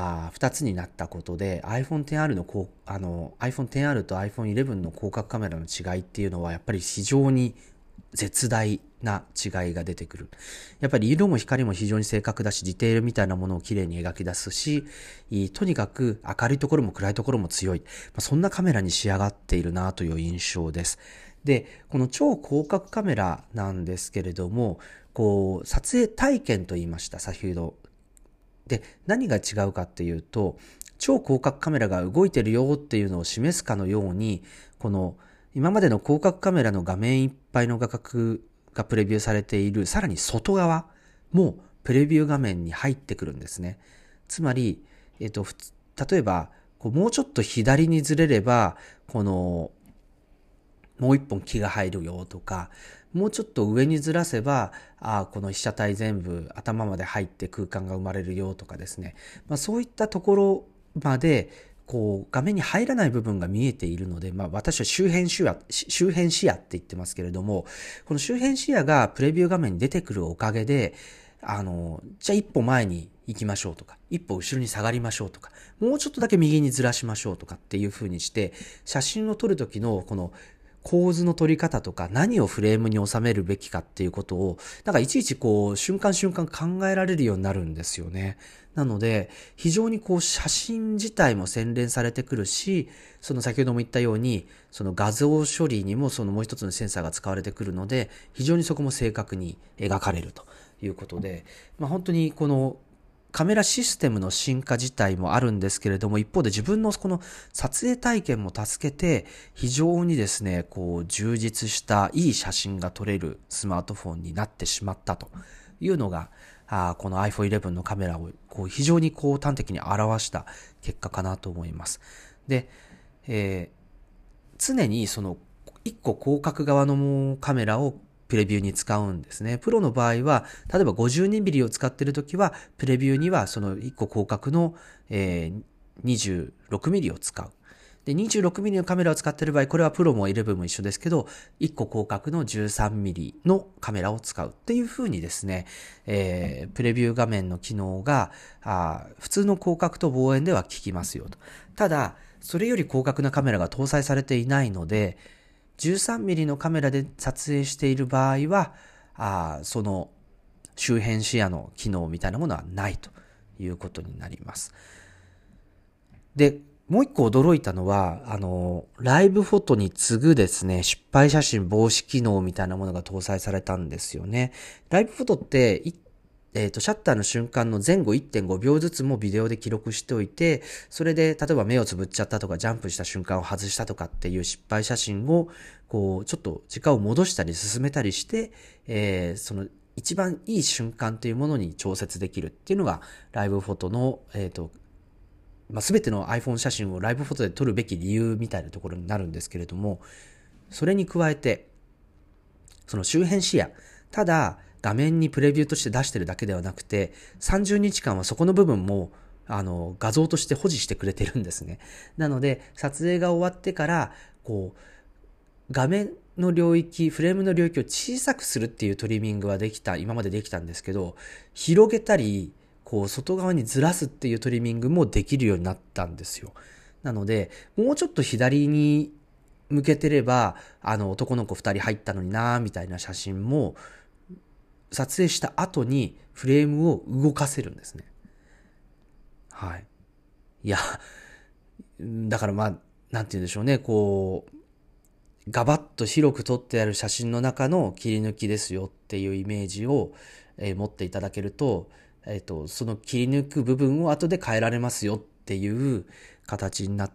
2つになったことで iPhone XR と iPhone 11の広角カメラの違いっていうのはやっぱり非常に絶大な違いが出てくる。やっぱり色も光も非常に正確だし、ディテールみたいなものをきれいに描き出すし、とにかく明るいところも暗いところも強い、そんなカメラに仕上がっているなという印象です。で、この超広角カメラなんですけれども、撮影体験と言いました、先ほど。で、何が違うかっていうと、超広角カメラが動いてるよっていうのを示すかのように、今までの広角カメラの画面いっぱいの画角がプレビューされている、さらに外側もプレビュー画面に入ってくるんですね。つまり、例えば、もうちょっと左にずれれば、もう一本木が入るよとか、もうちょっと上にずらせば、この被写体全部頭まで入って空間が生まれるよとかですね。そういったところまで、画面に入らない部分が見えているので、私は周辺視野って言ってますけれども、この周辺視野がプレビュー画面に出てくるおかげで、じゃあ一歩前に行きましょうとか、一歩後ろに下がりましょうとか、もうちょっとだけ右にずらしましょうとかっていう風にして、写真を撮るときのこの構図の撮り方とか何をフレームに収めるべきかっていうことをいちいち瞬間瞬間考えられるようになるんですよね。なので非常に写真自体も洗練されてくるし、先ほども言ったように画像処理にももう一つのセンサーが使われてくるので、非常にそこも正確に描かれるということで、本当にカメラシステムの進化自体もあるんですけれども、一方で自分のこの撮影体験も助けて、非常にですね、充実したいい写真が撮れるスマートフォンになってしまったというのが、この iPhone 11のカメラを非常に端的に表した結果かなと思います。で、常にその1個広角側のカメラをプレビューに使うんですね。プロの場合は、例えば 52mm を使っているときは、プレビューにはその1個広角の、26mm を使う。で、26mm のカメラを使っている場合、これはプロも11も一緒ですけど、1個広角の 13mm のカメラを使うっていう風にですね、プレビュー画面の機能が、普通の広角と望遠では効きますよと。ただ、それより広角なカメラが搭載されていないので、13mm のカメラで撮影している場合は、その周辺視野の機能みたいなものはないということになります。で、もう一個驚いたのは、ライブフォトに次ぐですね、失敗写真防止機能みたいなものが搭載されたんですよね。ライブフォトって、シャッターの瞬間の前後 1.5 秒ずつもビデオで記録しておいて、それで例えば目をつぶっちゃったとかジャンプした瞬間を外したとかっていう失敗写真をちょっと時間を戻したり進めたりして、その一番いい瞬間というものに調節できるっていうのがライブフォトの、全ての iPhone 写真をライブフォトで撮るべき理由みたいなところになるんですけれども、それに加えて、その周辺視野、ただ画面にプレビューとして出してるだけではなくて、30日間はそこの部分も画像として保持してくれてるんですね。なので、撮影が終わってから、画面の領域、フレームの領域を小さくするっていうトリミングは今までできたんですけど、広げたり、外側にずらすっていうトリミングもできるようになったんですよ。なので、もうちょっと左に向けてれば、男の子2人入ったのになーみたいな写真も、撮影した後にフレームを動かせるんですね。はい。いや、だからなんて言うんでしょうね、ガバッと広く撮ってある写真の中の切り抜きですよっていうイメージを、持っていただけると、その切り抜く部分を後で変えられますよっていう形になって、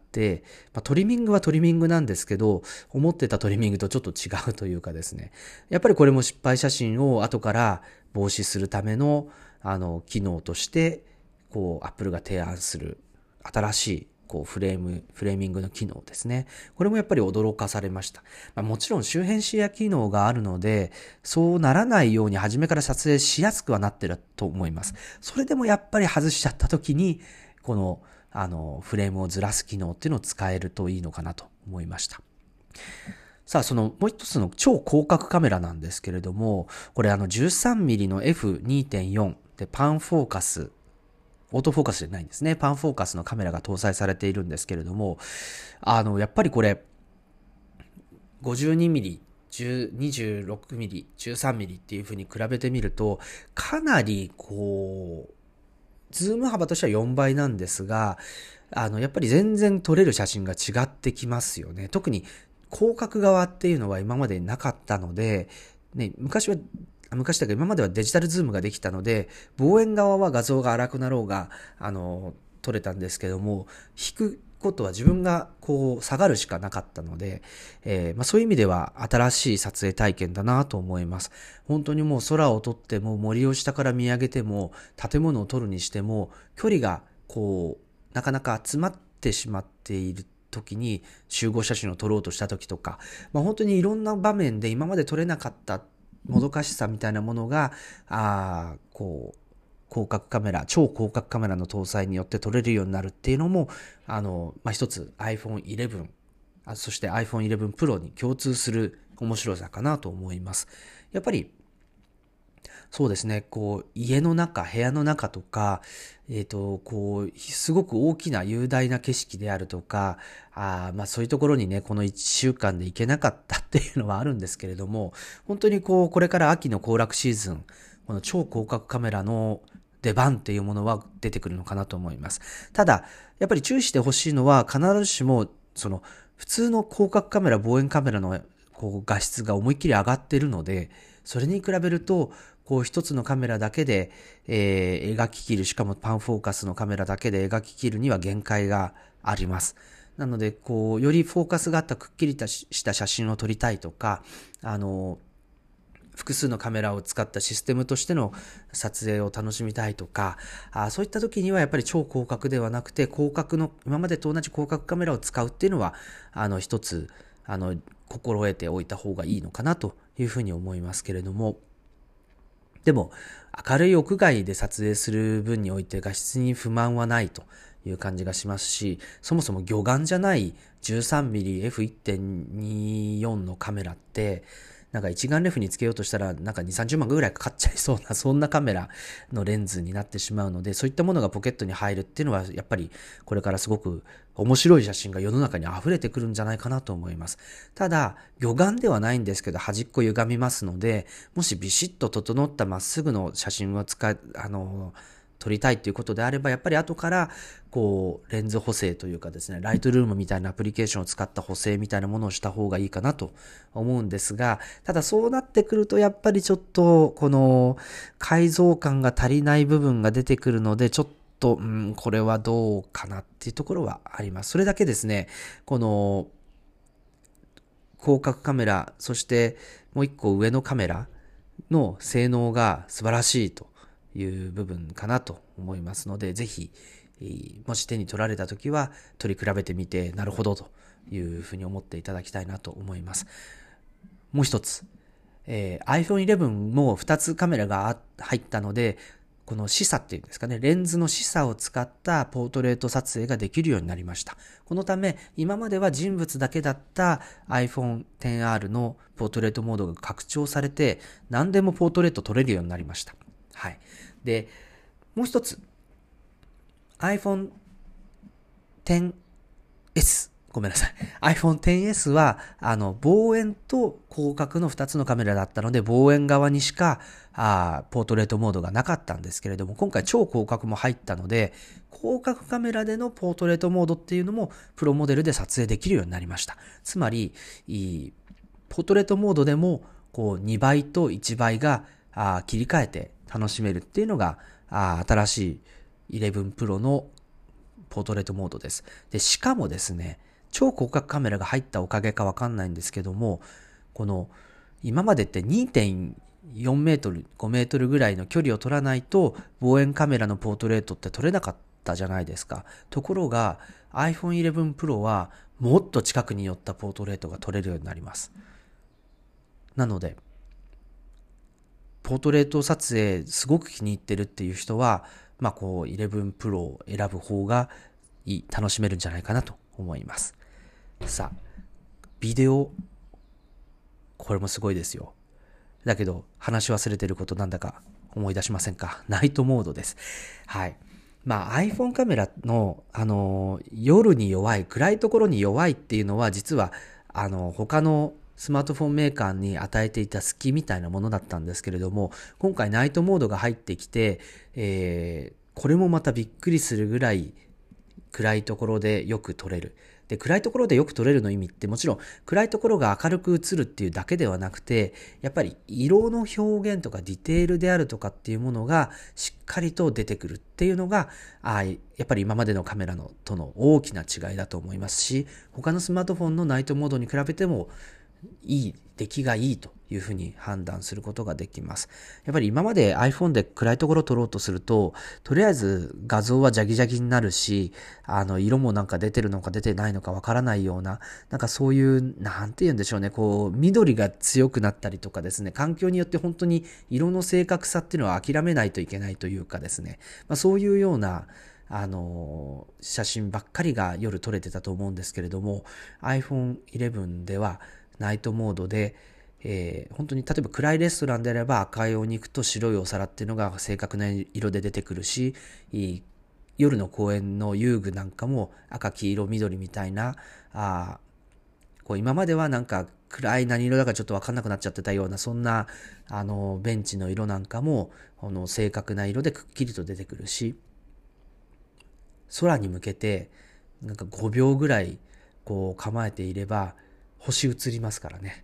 トリミングはトリミングなんですけど、思ってたトリミングとちょっと違うというかですね。やっぱりこれも失敗写真を後から防止するための、機能として、Apple が提案する新しいフレーミングの機能ですね。これもやっぱり驚かされました。もちろん周辺視野機能があるので、そうならないように初めから撮影しやすくはなってると思います。それでもやっぱり外しちゃった時に、フレームをずらす機能っていうのを使えるといいのかなと思いました。さあ、もう一つの超広角カメラなんですけれども、これ13mm の F2.4 でパンフォーカス、オートフォーカスじゃないんですね。パンフォーカスのカメラが搭載されているんですけれども、やっぱりこれ、52mm、26mm、13mm っていう風に比べてみると、かなりズーム幅としては4倍なんですが、やっぱり全然撮れる写真が違ってきますよね。特に広角側っていうのは今までなかったので、ね、昔だけど今まではデジタルズームができたので、望遠側は画像が荒くなろうが、撮れたんですけども、引くことは自分が下がるしかなかったので、そういう意味では新しい撮影体験だなと思います。本当にもう空を撮っても森を下から見上げても建物を撮るにしても距離がなかなか集まってしまっている時に集合写真を撮ろうとした時とか、本当にいろんな場面で今まで撮れなかったもどかしさみたいなものが、広角カメラ、超広角カメラの搭載によって撮れるようになるっていうのも、一つ iPhone 11、そして iPhone 11 Pro に共通する面白さかなと思います。やっぱり、そうですね、家の中、部屋の中とか、すごく大きな雄大な景色であるとか、そういうところにね、この1週間で行けなかったっていうのはあるんですけれども、本当にこれから秋の行楽シーズン、この超広角カメラの出番っていうものは出てくるのかなと思います。ただ、やっぱり注意してほしいのは、必ずしも、普通の広角カメラ、望遠カメラの画質が思いっきり上がっているので、それに比べると、一つのカメラだけで、描き切る、しかもパンフォーカスのカメラだけで描き切るには限界があります。なので、よりフォーカスがあったくっきりした写真を撮りたいとか、フ複数のカメラを使ったシステムとしての撮影を楽しみたいとか、そういった時にはやっぱり超広角ではなくて、今までと同じ広角カメラを使うっていうのは、一つ、心得ておいた方がいいのかなというふうに思いますけれども、でも、明るい屋外で撮影する分において画質に不満はないという感じがしますし、そもそも魚眼じゃない 13mm f1.24 のカメラって、なんか一眼レフにつけようとしたらなんか2、30万ぐらいかかっちゃいそうな、そんなカメラのレンズになってしまうので、そういったものがポケットに入るっていうのは、やっぱりこれからすごく面白い写真が世の中に溢れてくるんじゃないかなと思います。ただ、魚眼ではないんですけど、端っこ歪みますので、もしビシッと整ったまっすぐの写真を撮りたいということであれば、やっぱり後からレンズ補正というかですね、ライトルームみたいなアプリケーションを使った補正みたいなものをした方がいいかなと思うんですが、ただそうなってくるとやっぱりちょっとこの解像感が足りない部分が出てくるので、ちょっとこれはどうかなっていうところはあります。それだけですね、この広角カメラ、そしてもう一個上のカメラの性能が素晴らしいという部分かなと思いますので、ぜひ、もし手に取られたときは取り比べてみて、なるほどというふうに思っていただきたいなと思います。もう一つ、iPhone 11も2つカメラが入ったので、この示唆っていうんですかね、レンズの示唆を使ったポートレート撮影ができるようになりました。このため、今までは人物だけだった iPhone XR のポートレートモードが拡張されて、何でもポートレート撮れるようになりました。はい。で、もう一つ、iPhone XS、ごめんなさい。iPhone XS は、望遠と広角の2つのカメラだったので、望遠側にしか、ポートレートモードがなかったんですけれども、今回超広角も入ったので、広角カメラでのポートレートモードっていうのも、プロモデルで撮影できるようになりました。つまり、ポートレートモードでも、2倍と1倍が、切り替えて楽しめるっていうのが、新しい11 Pro のポートレートモードです。で、しかもですね、超広角カメラが入ったおかげかわかんないんですけども、今までって2.4 メートル、5メートルぐらいの距離を取らないと、望遠カメラのポートレートって撮れなかったじゃないですか。ところが、iPhone 11 Pro は、もっと近くに寄ったポートレートが撮れるようになります。なので、ポートレート撮影すごく気に入ってるっていう人は、11 Pro を選ぶ方が楽しめるんじゃないかなと思います。さあ、ビデオ、これもすごいですよ。だけど、話し忘れてることなんだか思い出しませんか？ナイトモードです。はい。iPhone カメラの、夜に弱い、暗いところに弱いっていうのは、実は、他のスマートフォンメーカーに与えていた隙みたいなものだったんですけれども、今回ナイトモードが入ってきて、これもまたびっくりするぐらい暗いところでよく撮れる。で、暗いところでよく撮れるの意味ってもちろん暗いところが明るく映るっていうだけではなくて、やっぱり色の表現とかディテールであるとかっていうものがしっかりと出てくるっていうのが、やっぱり今までのカメラとの大きな違いだと思いますし、他のスマートフォンのナイトモードに比べても出来がいいというふうに判断することができます。やっぱり今まで iPhone で暗いところを撮ろうとすると、とりあえず画像はジャギジャギになるし、色もなんか出てるのか出てないのかわからないような、なんかそういう、なんて言うんでしょうね、緑が強くなったりとかですね、環境によって本当に色の正確さっていうのは諦めないといけないというかですね、そういうような、写真ばっかりが夜撮れてたと思うんですけれども、iPhone 11では、ナイトモードで、本当に例えば暗いレストランであれば赤いお肉と白いお皿っていうのが正確な色で出てくるし、夜の公園の遊具なんかも赤、黄色、緑みたいな、今まではなんか暗い何色だかちょっと分かんなくなっちゃってたような、そんなベンチの色なんかも正確な色でくっきりと出てくるし、空に向けてなんか5秒ぐらい構えていれば星映りますからね。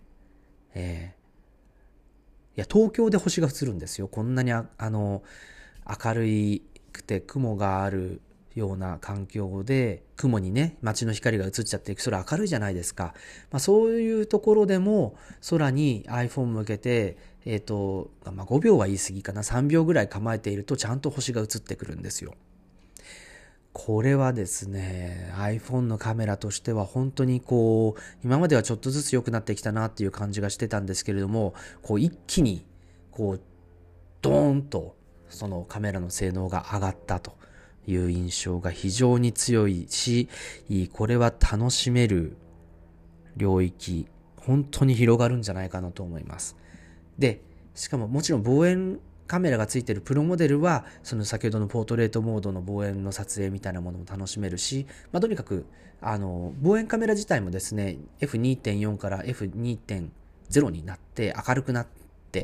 いや、東京で星が映るんですよ。こんなに明るくて雲があるような環境で、雲にね、街の光が映っちゃって、空明るいじゃないですか。そういうところでも、空に iPhone 向けて、5秒は言い過ぎかな、3秒ぐらい構えていると、ちゃんと星が映ってくるんですよ。これはですね、iPhone のカメラとしては本当に今まではちょっとずつ良くなってきたなっていう感じがしてたんですけれども、一気に、ドーンと、そのカメラの性能が上がったという印象が非常に強いし、これは楽しめる領域、本当に広がるんじゃないかなと思います。で、しかももちろん望遠カメラがついているプロモデルは、その先ほどのポートレートモードの望遠の撮影みたいなものも楽しめるし、とにかく、望遠カメラ自体もですね、F2.4 から F2.0 になって明るくなって、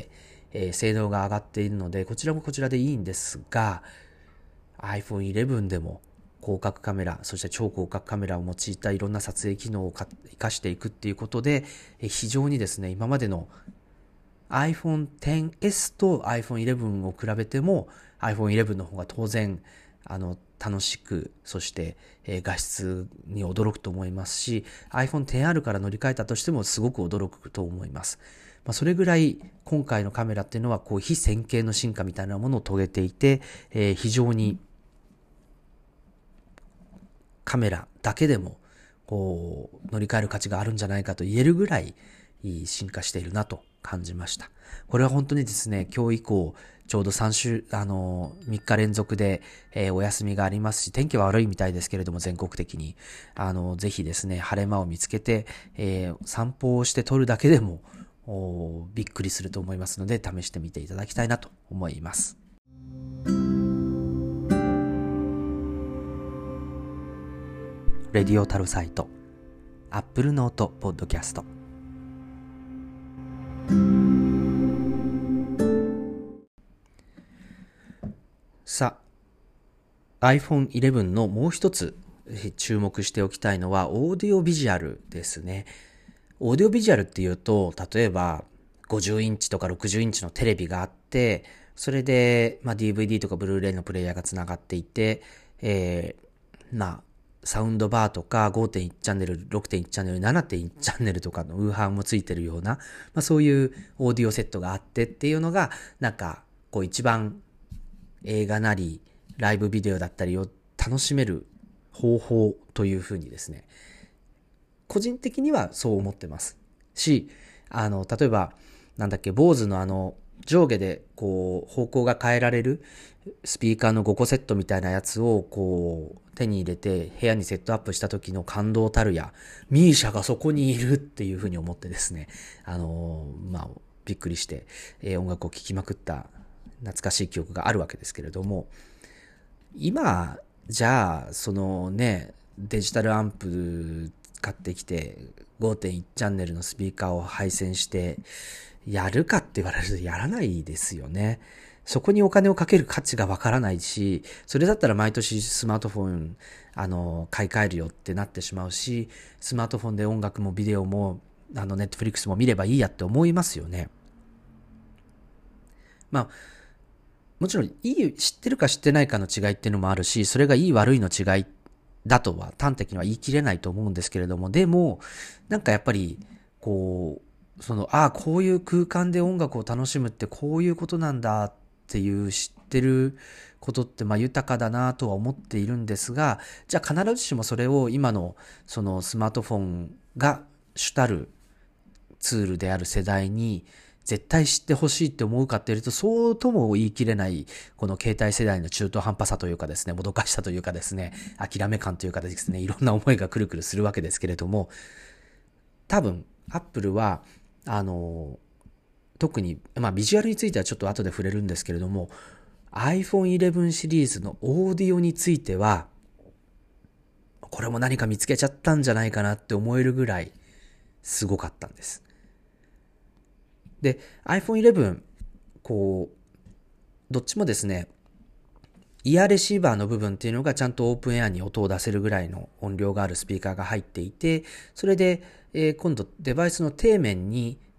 性能が上がっているので、こちらもこちらでいいんですが、iPhone 11でも広角カメラ、そして超広角カメラを用いたいろんな撮影機能を活かしていくっていうことで、非常にですね、今までの iPhone XS と iPhone 11を比べても iPhone 11の方が当然楽しく、そして、画質に驚くと思いますし、iPhone XR から乗り換えたとしてもすごく驚くと思います。それぐらい今回のカメラっていうのは非線形の進化みたいなものを遂げていて、非常にカメラだけでも乗り換える価値があるんじゃないかと言えるぐらい進化しているなと感じました。これは本当にですね、今日以降ちょうど3日連続で、お休みがありますし、天気は悪いみたいですけれども、全国的にぜひですね、晴れ間を見つけて、散歩をして撮るだけでもびっくりすると思いますので、試してみていただきたいなと思います。レディオタルサイト、Apple Note Podcast。さあ、iPhone 11のもう一つ注目しておきたいのはオーディオビジュアルですね。オーディオビジュアルっていうと、例えば50インチとか60インチのテレビがあって、それで、DVD とかブルーレイのプレイヤーがつながっていて、サウンドバーとか 5.1 チャンネル、6.1 チャンネル、7.1 チャンネルとかのウーハーもついてるような、そういうオーディオセットがあってっていうのが、一番映画なりライブビデオだったりを楽しめる方法というふうにですね、個人的にはそう思ってますし、例えばBOSE の上下で方向が変えられるスピーカーの5個セットみたいなやつを手に入れて部屋にセットアップした時の感動たるや、ミーシャがそこにいるっていうふうに思ってですね、びっくりして、音楽を聴きまくった懐かしい記憶があるわけですけれども、今じゃあデジタルアンプ買ってきて 5.1 チャンネルのスピーカーを配線してやるかって言われるとやらないですよね。そこにお金をかける価値がわからないし、それだったら毎年スマートフォン買い替えるよってなってしまうし、スマートフォンで音楽もビデオもネットフリックスも見ればいいやって思いますよね。もちろん知ってるか知ってないかの違いっていうのもあるし、それがいい悪いの違いだとは端的には言い切れないと思うんですけれども、でもやっぱりこういう空間で音楽を楽しむってこういうことなんだっていう知ってることって豊かだなとは思っているんですが、じゃあ必ずしもそれを今のそのスマートフォンが主たるツールである世代に絶対知ってほしいって思うかっていうと、そうとも言い切れない、この携帯世代の中途半端さというかですね、もどかしさというかですね、諦め感というかですね、いろんな思いがくるくるするわけですけれども、多分、Apple は、特に、ビジュアルについてはちょっと後で触れるんですけれども、iPhone 11シリーズのオーディオについては、これも何か見つけちゃったんじゃないかなって思えるぐらい、すごかったんです。で、iPhone 11、どっちもですね、イヤーレシーバーの部分っていうのがちゃんとオープンエアに音を出せるぐらいの音量があるスピーカーが入っていて、それで、今度デバイスの底面に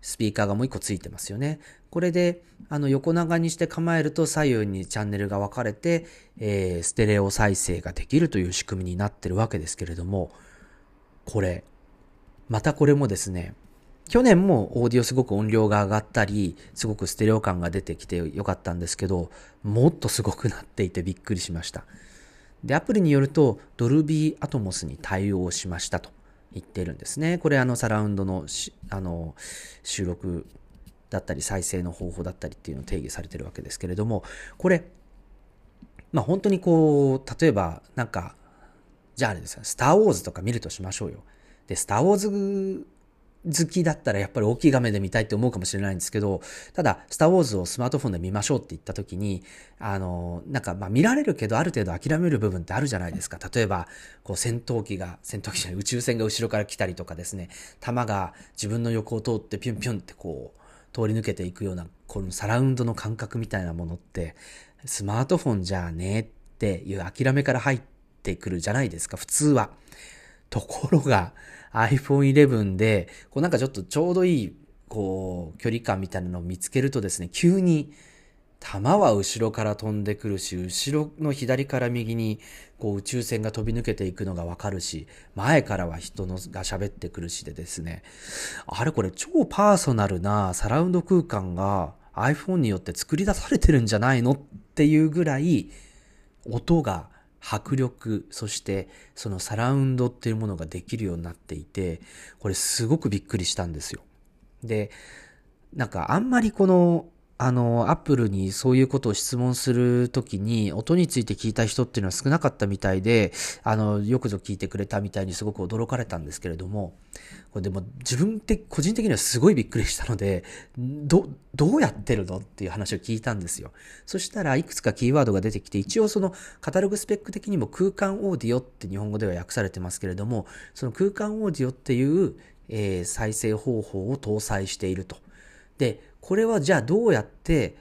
スピーカーがもう一個ついてますよね。これで、横長にして構えると左右にチャンネルが分かれて、ステレオ再生ができるという仕組みになってるわけですけれども、これもですね、去年もオーディオすごく音量が上がったり、すごくステレオ感が出てきてよかったんですけど、もっとすごくなっていてびっくりしました。で、アプリによると、ドルビーアトモスに対応しましたと言ってるんですね。これサラウンドの収録だったり再生の方法だったりっていうのを定義されてるわけですけれども、これ、本当に例えばじゃああれですよ、スターウォーズとか見るとしましょうよ。で、スターウォーズ好きだったらやっぱり大きい画面で見たいって思うかもしれないんですけど、ただ、スターウォーズをスマートフォンで見ましょうって言った時に、見られるけどある程度諦める部分ってあるじゃないですか。例えば、宇宙船が後ろから来たりとかですね、弾が自分の横を通ってピュンピュンって通り抜けていくような、このサラウンドの感覚みたいなものって、スマートフォンじゃねっていう諦めから入ってくるじゃないですか、普通は。ところが iPhone 11でちょっとちょうどいい距離感みたいなのを見つけるとですね、急に弾は後ろから飛んでくるし、後ろの左から右に宇宙船が飛び抜けていくのがわかるし、前からは人が喋ってくるしでですね、これ超パーソナルなサラウンド空間が iPhone によって作り出されてるんじゃないのっていうぐらい音が迫力、そしてそのサラウンドっていうものができるようになっていて、これすごくびっくりしたんですよ。で、あんまりアップルにそういうことを質問するときに、音について聞いた人っていうのは少なかったみたいで、よくぞ聞いてくれたみたいにすごく驚かれたんですけれども、これでも個人的にはすごいびっくりしたので、どうやってるのっていう話を聞いたんですよ。そしたらいくつかキーワードが出てきて、一応そのカタログスペック的にも空間オーディオって日本語では訳されてますけれども、その空間オーディオっていう、再生方法を搭載していると。で、これはじゃあどうやって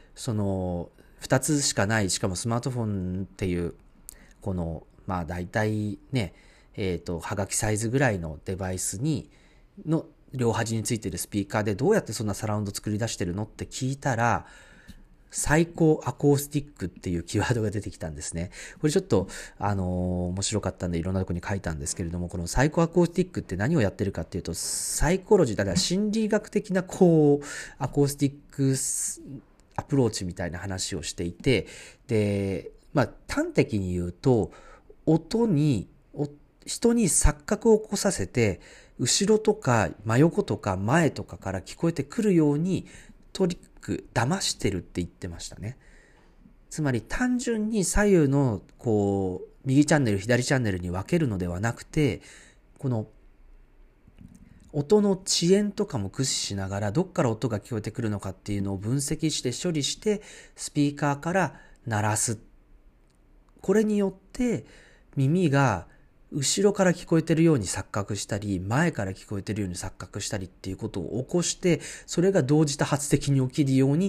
2つしかない、しかもスマートフォンっていう大体ね、はがきサイズぐらいのデバイスの両端についてるスピーカーでどうやってそんなサラウンド作り出してるのって聞いたら、最高アコースティックっていうキーワードが出てきたんですね。これちょっと面白かったんでいろんなところに書いたんですけれども、このサイコアコースティックって何をやってるかっていうと、サイコロジー、だから心理学的なアコースティックアプローチみたいな話をしていて、で、端的に言うと、人に錯覚を起こさせて、後ろとか真横とか前とかから聞こえてくるように騙してるって言ってましたね。つまり単純に左右の右チャンネル左チャンネルに分けるのではなくて、この音の遅延とかも駆使しながらどっから音が聞こえてくるのかっていうのを分析して処理してスピーカーから鳴らす。これによって耳が後ろから聞こえてるように錯覚したり、前から聞こえてるように錯覚したりっていうことを起こして、それが同時多発的に起きるように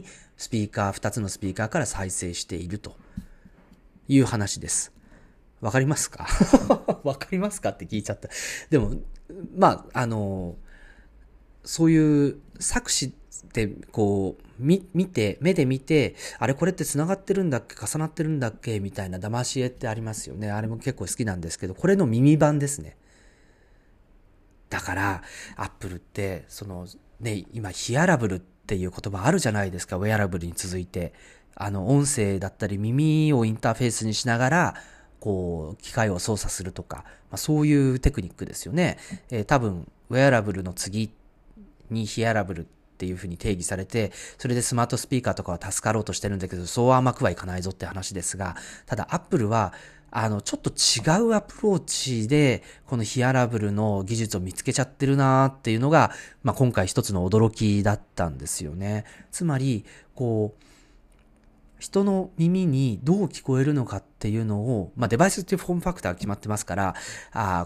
2つのスピーカーから再生しているという話です。わかりますかわかりますかって聞いちゃった。でも、そういう錯視って目で見て、あれこれって繋がってるんだっけ重なってるんだっけみたいな騙し絵ってありますよね。あれも結構好きなんですけど、これの耳版ですね。だから、アップルって、今、ヒアラブルっていう言葉あるじゃないですか、ウェアラブルに続いて。音声だったり耳をインターフェースにしながら、機械を操作するとか、そういうテクニックですよね。多分、ウェアラブルの次にヒアラブルっていう風に定義されて、それでスマートスピーカーとかは助かろうとしてるんだけど、そう甘くはいかないぞって話ですが、ただアップルは、ちょっと違うアプローチで、このヒアラブルの技術を見つけちゃってるなーっていうのが、今回一つの驚きだったんですよね。つまり、人の耳にどう聞こえるのかっていうのを、デバイスっていうフォームファクターが決まってますから、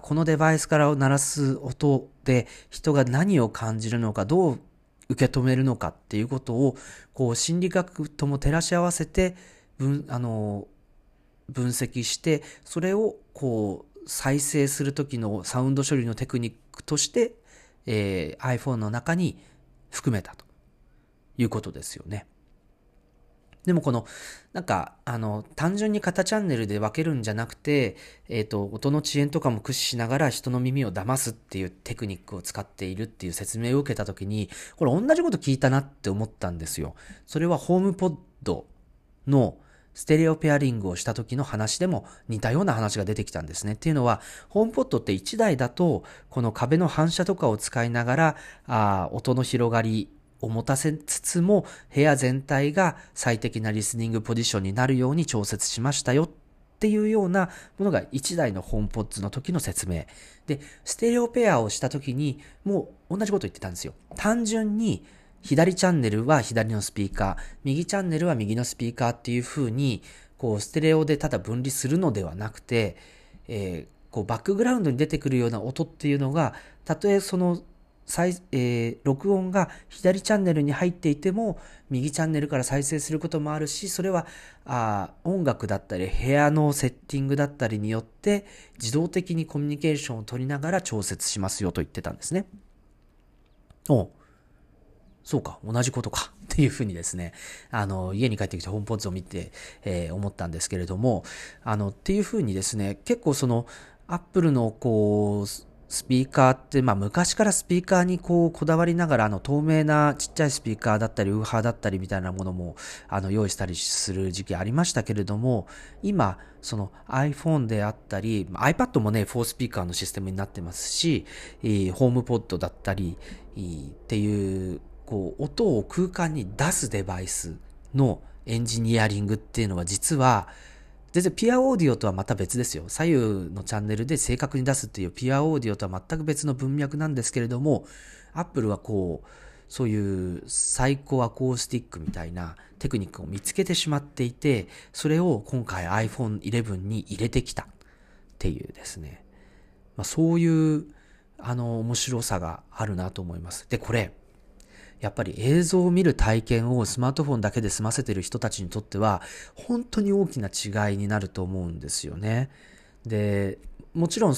このデバイスから鳴らす音で人が何を感じるのか、どう受け止めるのかっていうことを、心理学とも照らし合わせて、分析して、それを再生する時のサウンド処理のテクニックとして、iPhone の中に含めたということですよね。でもこの、単純に型チャンネルで分けるんじゃなくて、音の遅延とかも駆使しながら人の耳を騙すっていうテクニックを使っているっていう説明を受けたときに、これ同じこと聞いたなって思ったんですよ。それはホームポッドのステレオペアリングをした時の話でも似たような話が出てきたんですね。っていうのは、ホームポッドって1台だと、この壁の反射とかを使いながら、音の広がりを持たせつつも、部屋全体が最適なリスニングポジションになるように調節しましたよっていうようなものが1台のホームポッドの時の説明。で、ステレオペアをした時に、もう同じこと言ってたんですよ。単純に、左チャンネルは左のスピーカー、右チャンネルは右のスピーカーっていう風に、ステレオでただ分離するのではなくて、バックグラウンドに出てくるような音っていうのが、たとえその録音が左チャンネルに入っていても、右チャンネルから再生することもあるし、それは音楽だったり部屋のセッティングだったりによって自動的にコミュニケーションを取りながら調節しますよと言ってたんですね。そうか、同じことかっていうふうにですね、家に帰ってきてホームポッドを見て、思ったんですけれども、っていうふうにですね、結構その、アップルのスピーカーって、昔からスピーカーにこだわりながら、透明なちっちゃいスピーカーだったり、ウーハーだったりみたいなものも、用意したりする時期ありましたけれども、今、その iPhone であったり、iPad もね、4スピーカーのシステムになってますし、ホームポッドだったり、っていう、音を空間に出すデバイスのエンジニアリングっていうのは実は、全然ピュアオーディオとはまた別ですよ。左右のチャンネルで正確に出すっていうピュアオーディオとは全く別の文脈なんですけれども、Apple はそういうサイコアコースティックみたいなテクニックを見つけてしまっていて、それを今回 iPhone 11に入れてきたっていうですね。そういう面白さがあるなと思います。で、これ、やっぱり映像を見る体験をスマートフォンだけで済ませている人たちにとっては本当に大きな違いになると思うんですよね。で、もちろん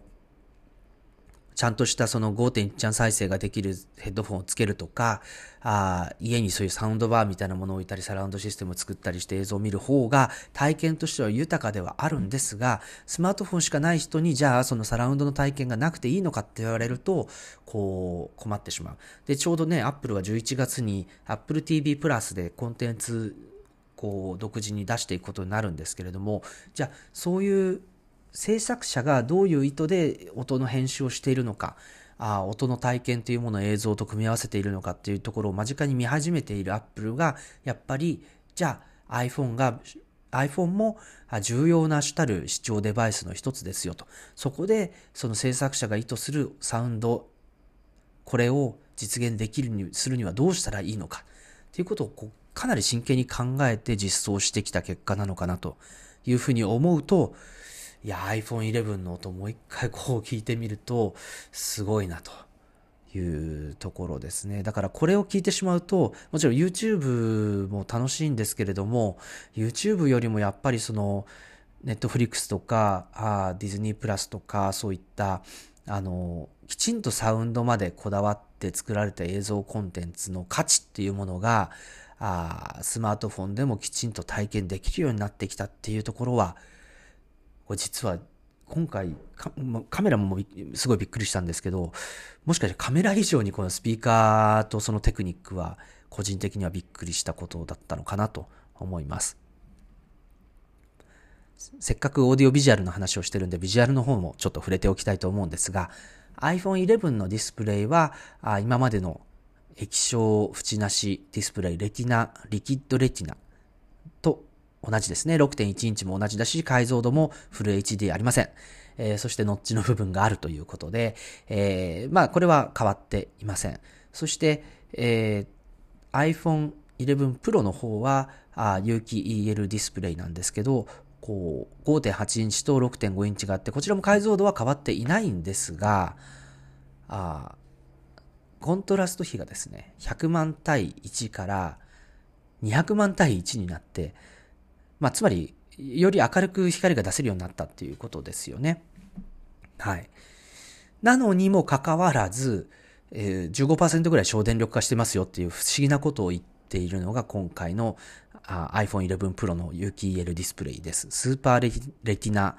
ちゃんとしたその 5.1 チャン再生ができるヘッドフォンをつけるとか、家にそういうサウンドバーみたいなものを置いたりサラウンドシステムを作ったりして映像を見る方が体験としては豊かではあるんですが、スマートフォンしかない人にじゃあそのサラウンドの体験がなくていいのかって言われると、困ってしまう。で、ちょうどね、Apple は11月に Apple TV プラスでコンテンツ独自に出していくことになるんですけれども、じゃあそういう制作者がどういう意図で音の編集をしているのか、音の体験というものを映像と組み合わせているのかっていうところを間近に見始めている Apple が、やっぱり、じゃあ iPhone も重要な主たる視聴デバイスの一つですよと。そこで、その制作者が意図するサウンド、これを実現できるにするにはどうしたらいいのかっていうことをかなり真剣に考えて実装してきた結果なのかなというふうに思うと、いや iPhone 11の音もう一回聞いてみるとすごいなというところですね。だからこれを聞いてしまうと、もちろん YouTube も楽しいんですけれども、 YouTube よりもやっぱりその Netflix とかディズニープラスとかそういったきちんとサウンドまでこだわって作られた映像コンテンツの価値っていうものがスマートフォンでもきちんと体験できるようになってきたっていうところは、これ実は今回カメラもすごいびっくりしたんですけど、もしかしてカメラ以上にこのスピーカーとそのテクニックは個人的にはびっくりしたことだったのかなと思います。せっかくオーディオビジュアルの話をしてるんで、ビジュアルの方もちょっと触れておきたいと思うんですが、iPhone 11のディスプレイは今までの液晶縁なしディスプレイリキッドレティナと同じですね。6.1 インチも同じだし、解像度もフル HD ありません。そしてノッチの部分があるということで、これは変わっていません。そして、iPhone 11 Pro の方は有機 EL ディスプレイなんですけど、5.8 インチと 6.5 インチがあって、こちらも解像度は変わっていないんですが、コントラスト比がですね、100万対1から200万対1になって、つまり、より明るく光が出せるようになったっていうことですよね。はい。なのにもかかわらず、 15% ぐらい省電力化してますよっていう不思議なことを言っているのが今回のiPhone 11 Pro の有機 EL ディスプレイです。スーパーレティナ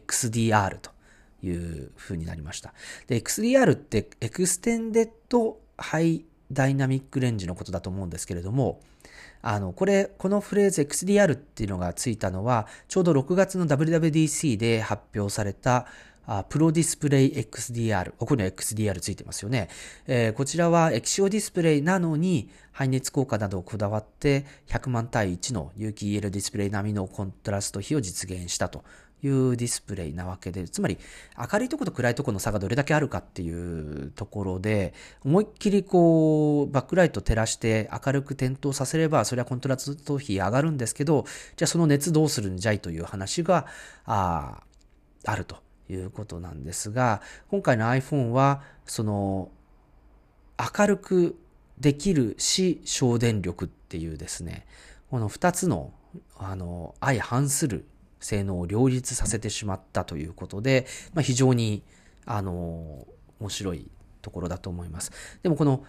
XDR という風になりました。で、XDR ってエクステンデッドハイダイナミックレンジのことだと思うんですけれども、このフレーズ XDR っていうのがついたのは、ちょうど6月の WWDC で発表されたプロディスプレイ XDR。ここには XDR ついてますよね。こちらは液晶ディスプレイなのに排熱効果などをこだわって100万対1の有機 EL ディスプレイ並みのコントラスト比を実現したというディスプレイなわけで、つまり明るいところと暗いところの差がどれだけあるかっていうところで、思いっきりバックライト照らして明るく点灯させれば、それはコントラスト比上がるんですけど、じゃあその熱どうするんじゃいという話があるということなんですが、今回の iPhone はその明るくできるし省電力っていうですね、この2つの相反する性能を両立させてしまったということで、非常に面白いところだと思います。でもこの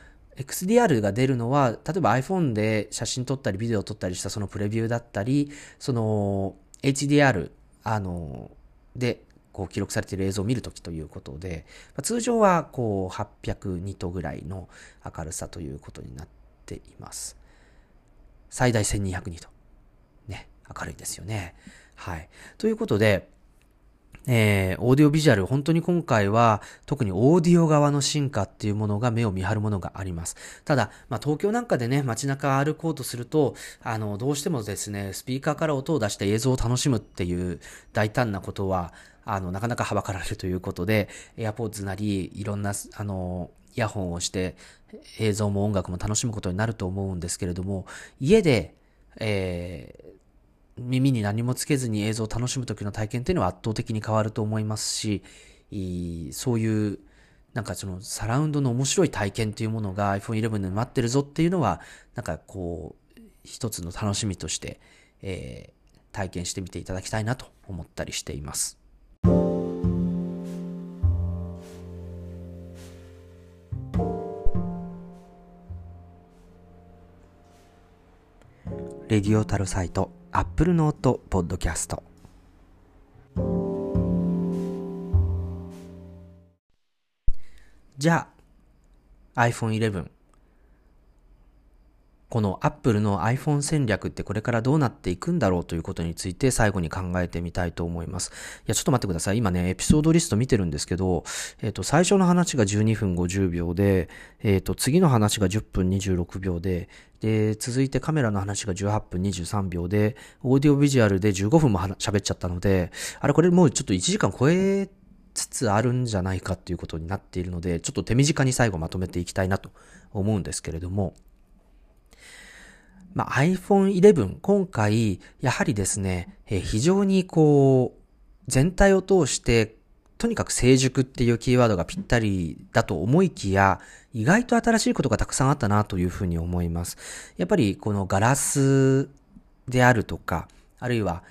XDR が出るのは、例えば iPhone で写真撮ったりビデオ撮ったりしたそのプレビューだったり、その HDR で記録されている映像を見るときということで、通常は800ニトぐらいの明るさということになっています。最大1200ニト。ね、明るいですよね。はい。ということで、オーディオビジュアル、本当に今回は特にオーディオ側の進化っていうものが目を見張るものがあります。ただ、東京なんかでね、街中歩こうとすると、どうしてもですね、スピーカーから音を出して映像を楽しむっていう大胆なことは、なかなかはばかられるということで、AirPods なり、いろんな、イヤホンをして映像も音楽も楽しむことになると思うんですけれども、家で、耳に何もつけずに映像を楽しむ時の体験っていうのは圧倒的に変わると思いますし、そういうそのサラウンドの面白い体験っていうものが iPhone 11に待ってるぞっていうのは一つの楽しみとして、体験してみていただきたいなと思ったりしています。レディオタルサイトApple Note Podcast。じゃあ iPhone 11、この Apple の iPhone 戦略ってこれからどうなっていくんだろうということについて最後に考えてみたいと思います。いや、ちょっと待ってください。今ね、エピソードリスト見てるんですけど、最初の話が12分50秒で、次の話が10分26秒で、続いてカメラの話が18分23秒で、オーディオビジュアルで15分も喋っちゃったので、これもうちょっと1時間超えつつあるんじゃないかっていうことになっているので、ちょっと手短に最後まとめていきたいなと思うんですけれども、iPhone 11、今回、やはりですね、非常に全体を通して、とにかく成熟っていうキーワードがぴったりだと思いきや、意外と新しいことがたくさんあったなというふうに思います。やっぱりこのガラスであるとか、あるいは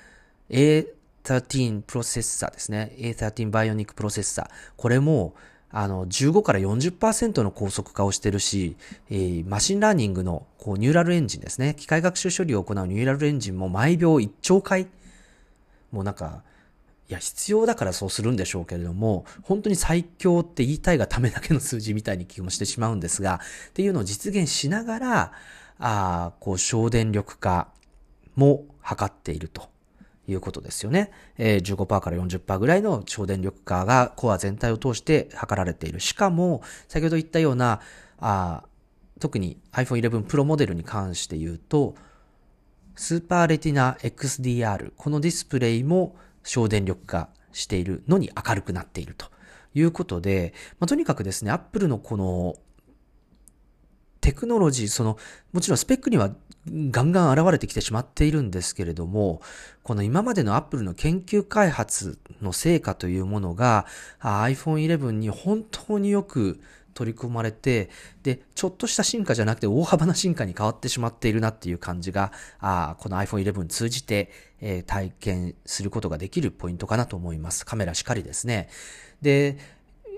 A13 プロセッサーですね。A13 バイオニックプロセッサー。これも、15から 40% の高速化をしてるし、マシンラーニングのニューラルエンジンですね。機械学習処理を行うニューラルエンジンも毎秒1兆回。もう必要だからそうするんでしょうけれども、本当に最強って言いたいがためだけの数字みたいに気もしてしまうんですが、っていうのを実現しながら、省電力化も図っているということですよね。15% から 40% ぐらいの省電力化がコア全体を通して図られている。しかも、先ほど言ったような、特に iPhone 11 Pro モデルに関して言うと、スーパーレティナ XDR、このディスプレイも省電力化しているのに明るくなっているということで、とにかくですね、Apple のこのテクノロジー、もちろんスペックにはガンガン現れてきてしまっているんですけれども、この今までの Apple の研究開発の成果というものが iPhone 11に本当によく取り込まれて、で、ちょっとした進化じゃなくて大幅な進化に変わってしまっているなっていう感じが、この iPhone 11通じて、体験することができるポイントかなと思います。カメラしかりですね。で、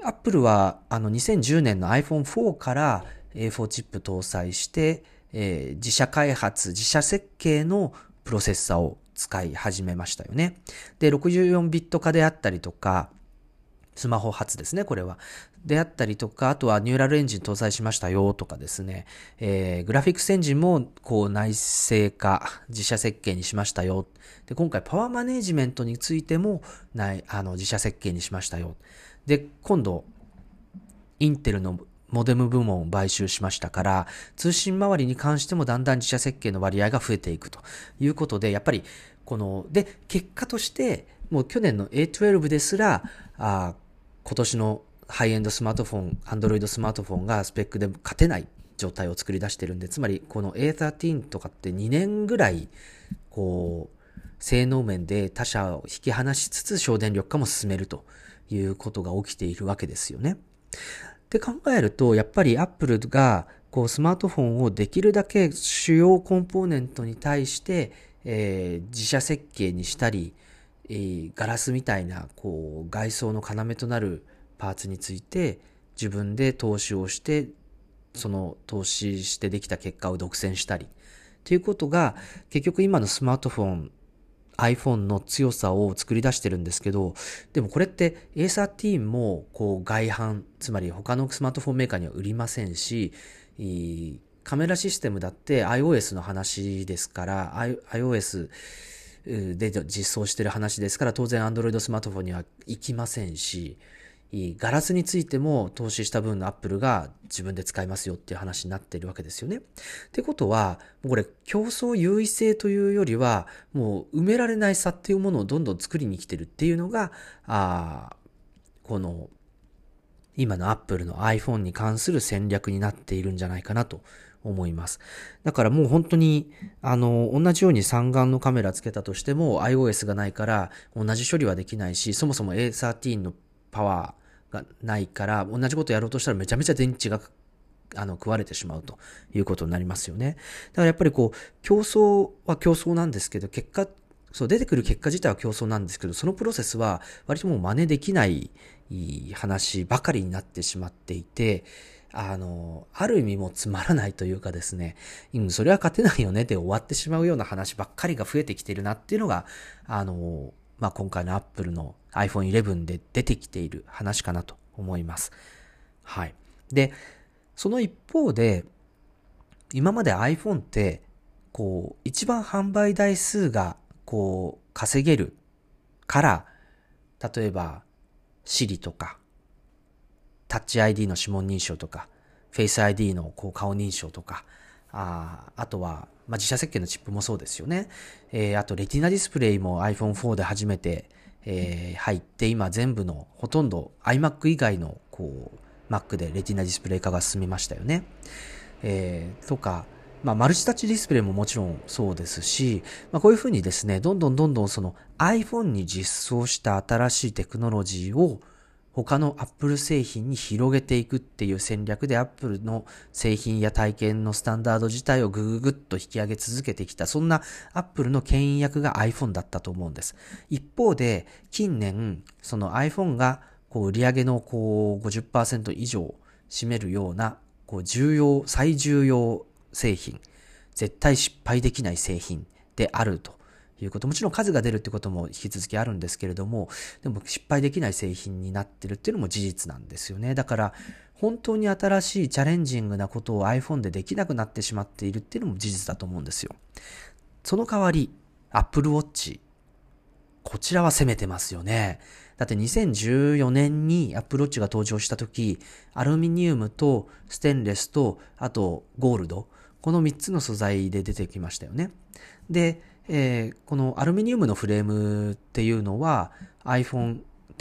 Apple は2010年の iPhone4 から A4 チップ搭載して、自社開発、自社設計のプロセッサーを使い始めましたよね。で、64ビット化であったりとか、スマホ初ですね、これは。であったりとか、あとはニューラルエンジン搭載しましたよとかですね、グラフィックスエンジンも内製化、自社設計にしましたよ。で、今回パワーマネージメントについても自社設計にしましたよ。で、今度、インテルのモデム部門を買収しましたから、通信周りに関してもだんだん自社設計の割合が増えていくということで、やっぱり結果として、もう去年の A12 ですら、今年のハイエンドスマートフォン、Android スマートフォンがスペックで勝てない状態を作り出してるんで、つまりこの A13 とかって2年ぐらい、性能面で他社を引き離しつつ省電力化も進めるということが起きているわけですよね。って考えると、やっぱり Apple がスマートフォンをできるだけ主要コンポーネントに対して、自社設計にしたり、ガラスみたいな外装の要となるパーツについて自分で投資をして、その投資してできた結果を独占したりっていうことが結局今のスマートフォン iPhone の強さを作り出してるんですけど、でもこれって A13 も外販、つまり他のスマートフォンメーカーには売りませんし、カメラシステムだって iOS の話ですから、iOS で実装してる話ですから、当然 Android スマートフォンには行きませんし、ガラスについても投資した分の Apple が自分で使いますよっていう話になってるわけですよね。ってことは、これ競争優位性というよりは、もう埋められない差っていうものをどんどん作りに来てるっていうのが、この今の Apple の iPhone に関する戦略になっているんじゃないかなと思います。だからもう本当に、同じように三眼のカメラつけたとしても iOS がないから同じ処理はできないし、そもそも A13 のパワーがないから同じことやろうとしたらめちゃめちゃ電池が食われてしまうということになりますよね。だからやっぱり競争は競争なんですけど、出てくる結果自体は競争なんですけど、そのプロセスは割ともう真似できない話ばかりになってしまっていて、ある意味もつまらないというかですね、それは勝てないよねで終わってしまうような話ばっかりが増えてきているなっていうのが、今回の Apple の iPhone 11で出てきている話かなと思います。はい。で、その一方で、今まで iPhone って、一番販売台数が、稼げるから、例えば、Siri とか、タッチ ID の指紋認証とか、Face ID の顔認証とか、あとは、自社設計のチップもそうですよね。あと、レティナディスプレイも iPhone4 で初めて、入って、今全部のほとんど iMac 以外のMac でレティナディスプレイ化が進みましたよね。とか、マルチタッチディスプレイももちろんそうですし、こういうふうにですね、どんどんその iPhone に実装した新しいテクノロジーを他の Apple 製品に広げていくっていう戦略で Apple の製品や体験のスタンダード自体をぐっと引き上げ続けてきた、そんな Apple の牽引役が iPhone だったと思うんです。一方で、近年、その iPhone が売上の50% 以上占めるような最重要製品、絶対失敗できない製品であるということ。もちろん数が出るってことも引き続きあるんですけれども、でも失敗できない製品になってるっていうのも事実なんですよね。だから本当に新しいチャレンジングなことを iPhone でできなくなってしまっているっていうのも事実だと思うんですよ。その代わり Apple Watch、こちらは攻めてますよね。だって2014年に Apple Watch が登場した時、アルミニウムとステンレスと、あとゴールド、この3つの素材で出てきましたよね。で、このアルミニウムのフレームっていうのは iPhone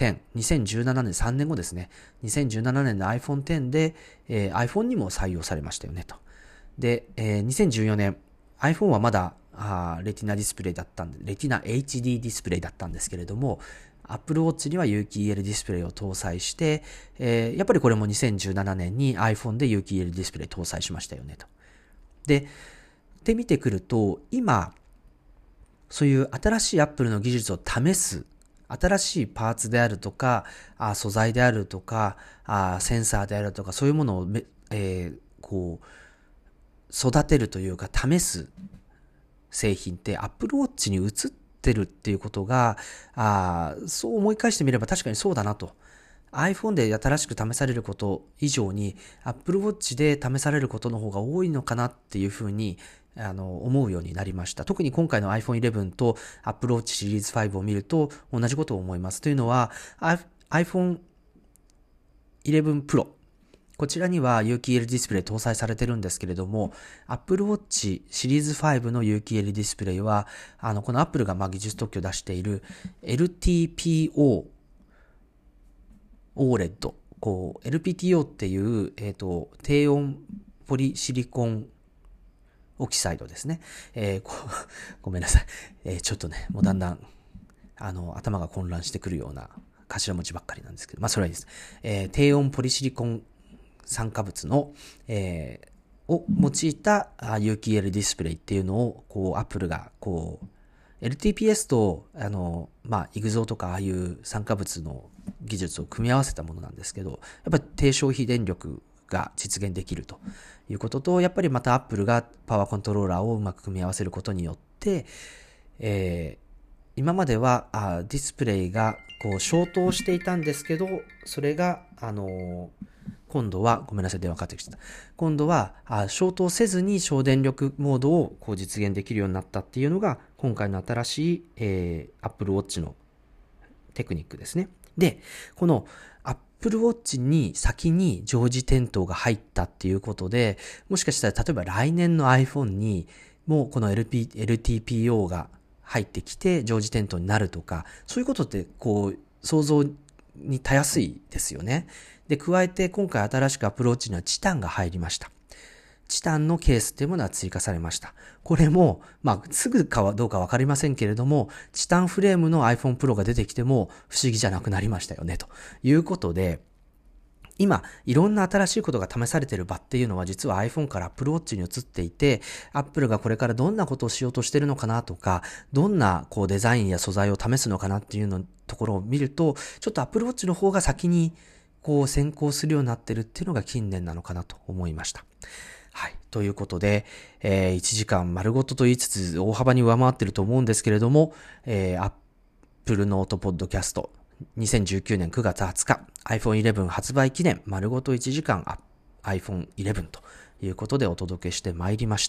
X、2017年、3年後ですね。2017年の iPhone X で、iPhone にも採用されましたよねと。で、2014年、iPhone はまだレティナディスプレイだったんで、レティナ HD ディスプレイだったんですけれども、Apple Watch には有機 EL ディスプレイを搭載して、やっぱりこれも2017年に iPhone で有機 EL ディスプレイ搭載しましたよねと。で見てくると、今、そういう新しい Apple の技術を試す新しいパーツであるとか、素材であるとか、センサーであるとか、そういうものをこう、育てるというか、試す製品って Apple Watch に移ってるっていうことが、そう思い返してみれば確かにそうだなと。iPhone で新しく試されること以上に Apple Watch で試されることの方が多いのかなっていうふうに思うようになりました。特に今回の iPhone 11と Apple Watch シリーズ5を見ると同じことを思います。というのは iPhone 11 Proこちらには有機 EL ディスプレイ搭載されてるんですけれども、Apple Watch シリーズ5の有機 EL ディスプレイは、この Apple が技術特許を出している LTPO OLED、LPTO っていう、低温ポリシリコンオキサイドですね。ごめんなさい。ちょっとね、もうだんだん、頭が混乱してくるような頭文字ばっかりなんですけど、それはいいです。低温ポリシリコン酸化物の、を用いた有機 EL ディスプレイっていうのを、Apple が、LTPS と、イグゾーとかああいう酸化物の技術を組み合わせたものなんですけど、やっぱり低消費電力が実現できるということと、やっぱりまた Apple がパワーコントローラーをうまく組み合わせることによって、今まではディスプレイが消灯していたんですけど、それが、今度は、ごめんなさい、電話かかってきちゃった。今度は、消灯せずに省電力モードを実現できるようになったっていうのが、今回の新しい、Apple Watch のテクニックですね。で、この Apple Watch に先に常時点灯が入ったっていうことで、もしかしたら例えば来年の iPhone にもうこの LTPO が入ってきて常時点灯になるとか、そういうことって想像にたやすいですよね。で、加えて今回新しく Apple Watch にはチタンが入りました。チタンのケースっていうものは追加されました。これも、すぐかはどうかわかりませんけれども、チタンフレームの iPhone Pro が出てきても不思議じゃなくなりましたよね、ということで、今、いろんな新しいことが試されている場っていうのは実は iPhone から Apple Watch に移っていて、Apple がこれからどんなことをしようとしているのかなとか、どんなデザインや素材を試すのかなっていうのところを見ると、ちょっと Apple Watch の方が先に先行するようになってるっていうのが近年なのかなと思いました。はい。ということで、1時間丸ごとと言いつつ大幅に上回ってると思うんですけれども、Apple Note Podcast 2019年9月20日 iPhone 11発売記念丸ごと1時間 iPhone 11ということでお届けしてまいりました。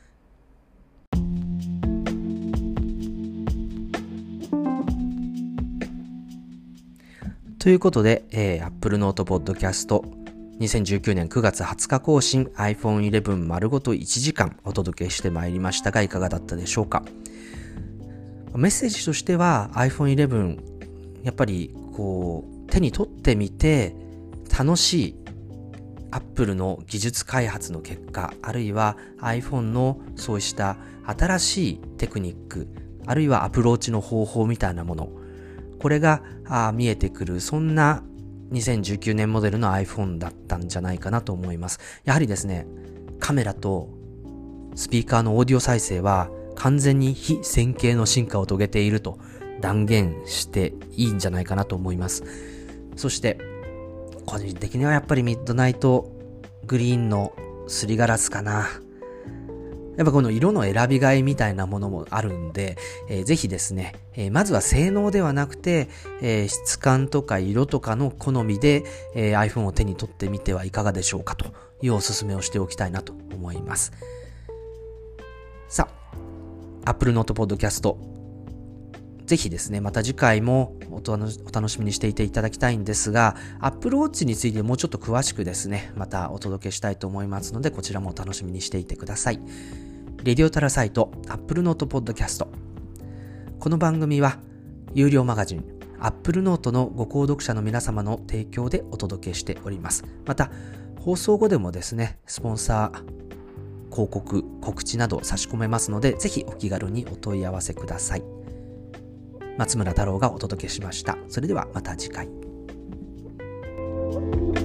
ということで、Apple Note Podcast 2019年9月20日更新 iPhone 11丸ごと1時間お届けしてまいりましたがいかがだったでしょうか。メッセージとしては iPhone 11やっぱり手に取ってみて楽しい Apple の技術開発の結果、あるいは iPhone のそうした新しいテクニック、あるいはアプローチの方法みたいなもの、これが見えてくる、そんな2019年モデルの iPhone だったんじゃないかなと思います。やはりですね、カメラとスピーカーのオーディオ再生は完全に非線形の進化を遂げていると断言していいんじゃないかなと思います。そして個人的にはやっぱりミッドナイトグリーンのすりガラスかな。やっぱこの色の選びがいみたいなものもあるんで、ぜひですね、まずは性能ではなくて、質感とか色とかの好みで、iPhone を手に取ってみてはいかがでしょうかというおすすめをしておきたいなと思います。さあ、Apple Note Podcastぜひですね、また次回もお楽しみにしていていただきたいんですが、Apple Watch についてもうちょっと詳しくですね、またお届けしたいと思いますので、こちらもお楽しみにしていてください。レディオタラサイト Apple Note Podcast。この番組は、有料マガジン Apple Note のご購読者の皆様の提供でお届けしております。また、放送後でもですね、スポンサー、広告、告知など差し込めますので、ぜひお気軽にお問い合わせください。松村太郎がお届けしました。それではまた次回。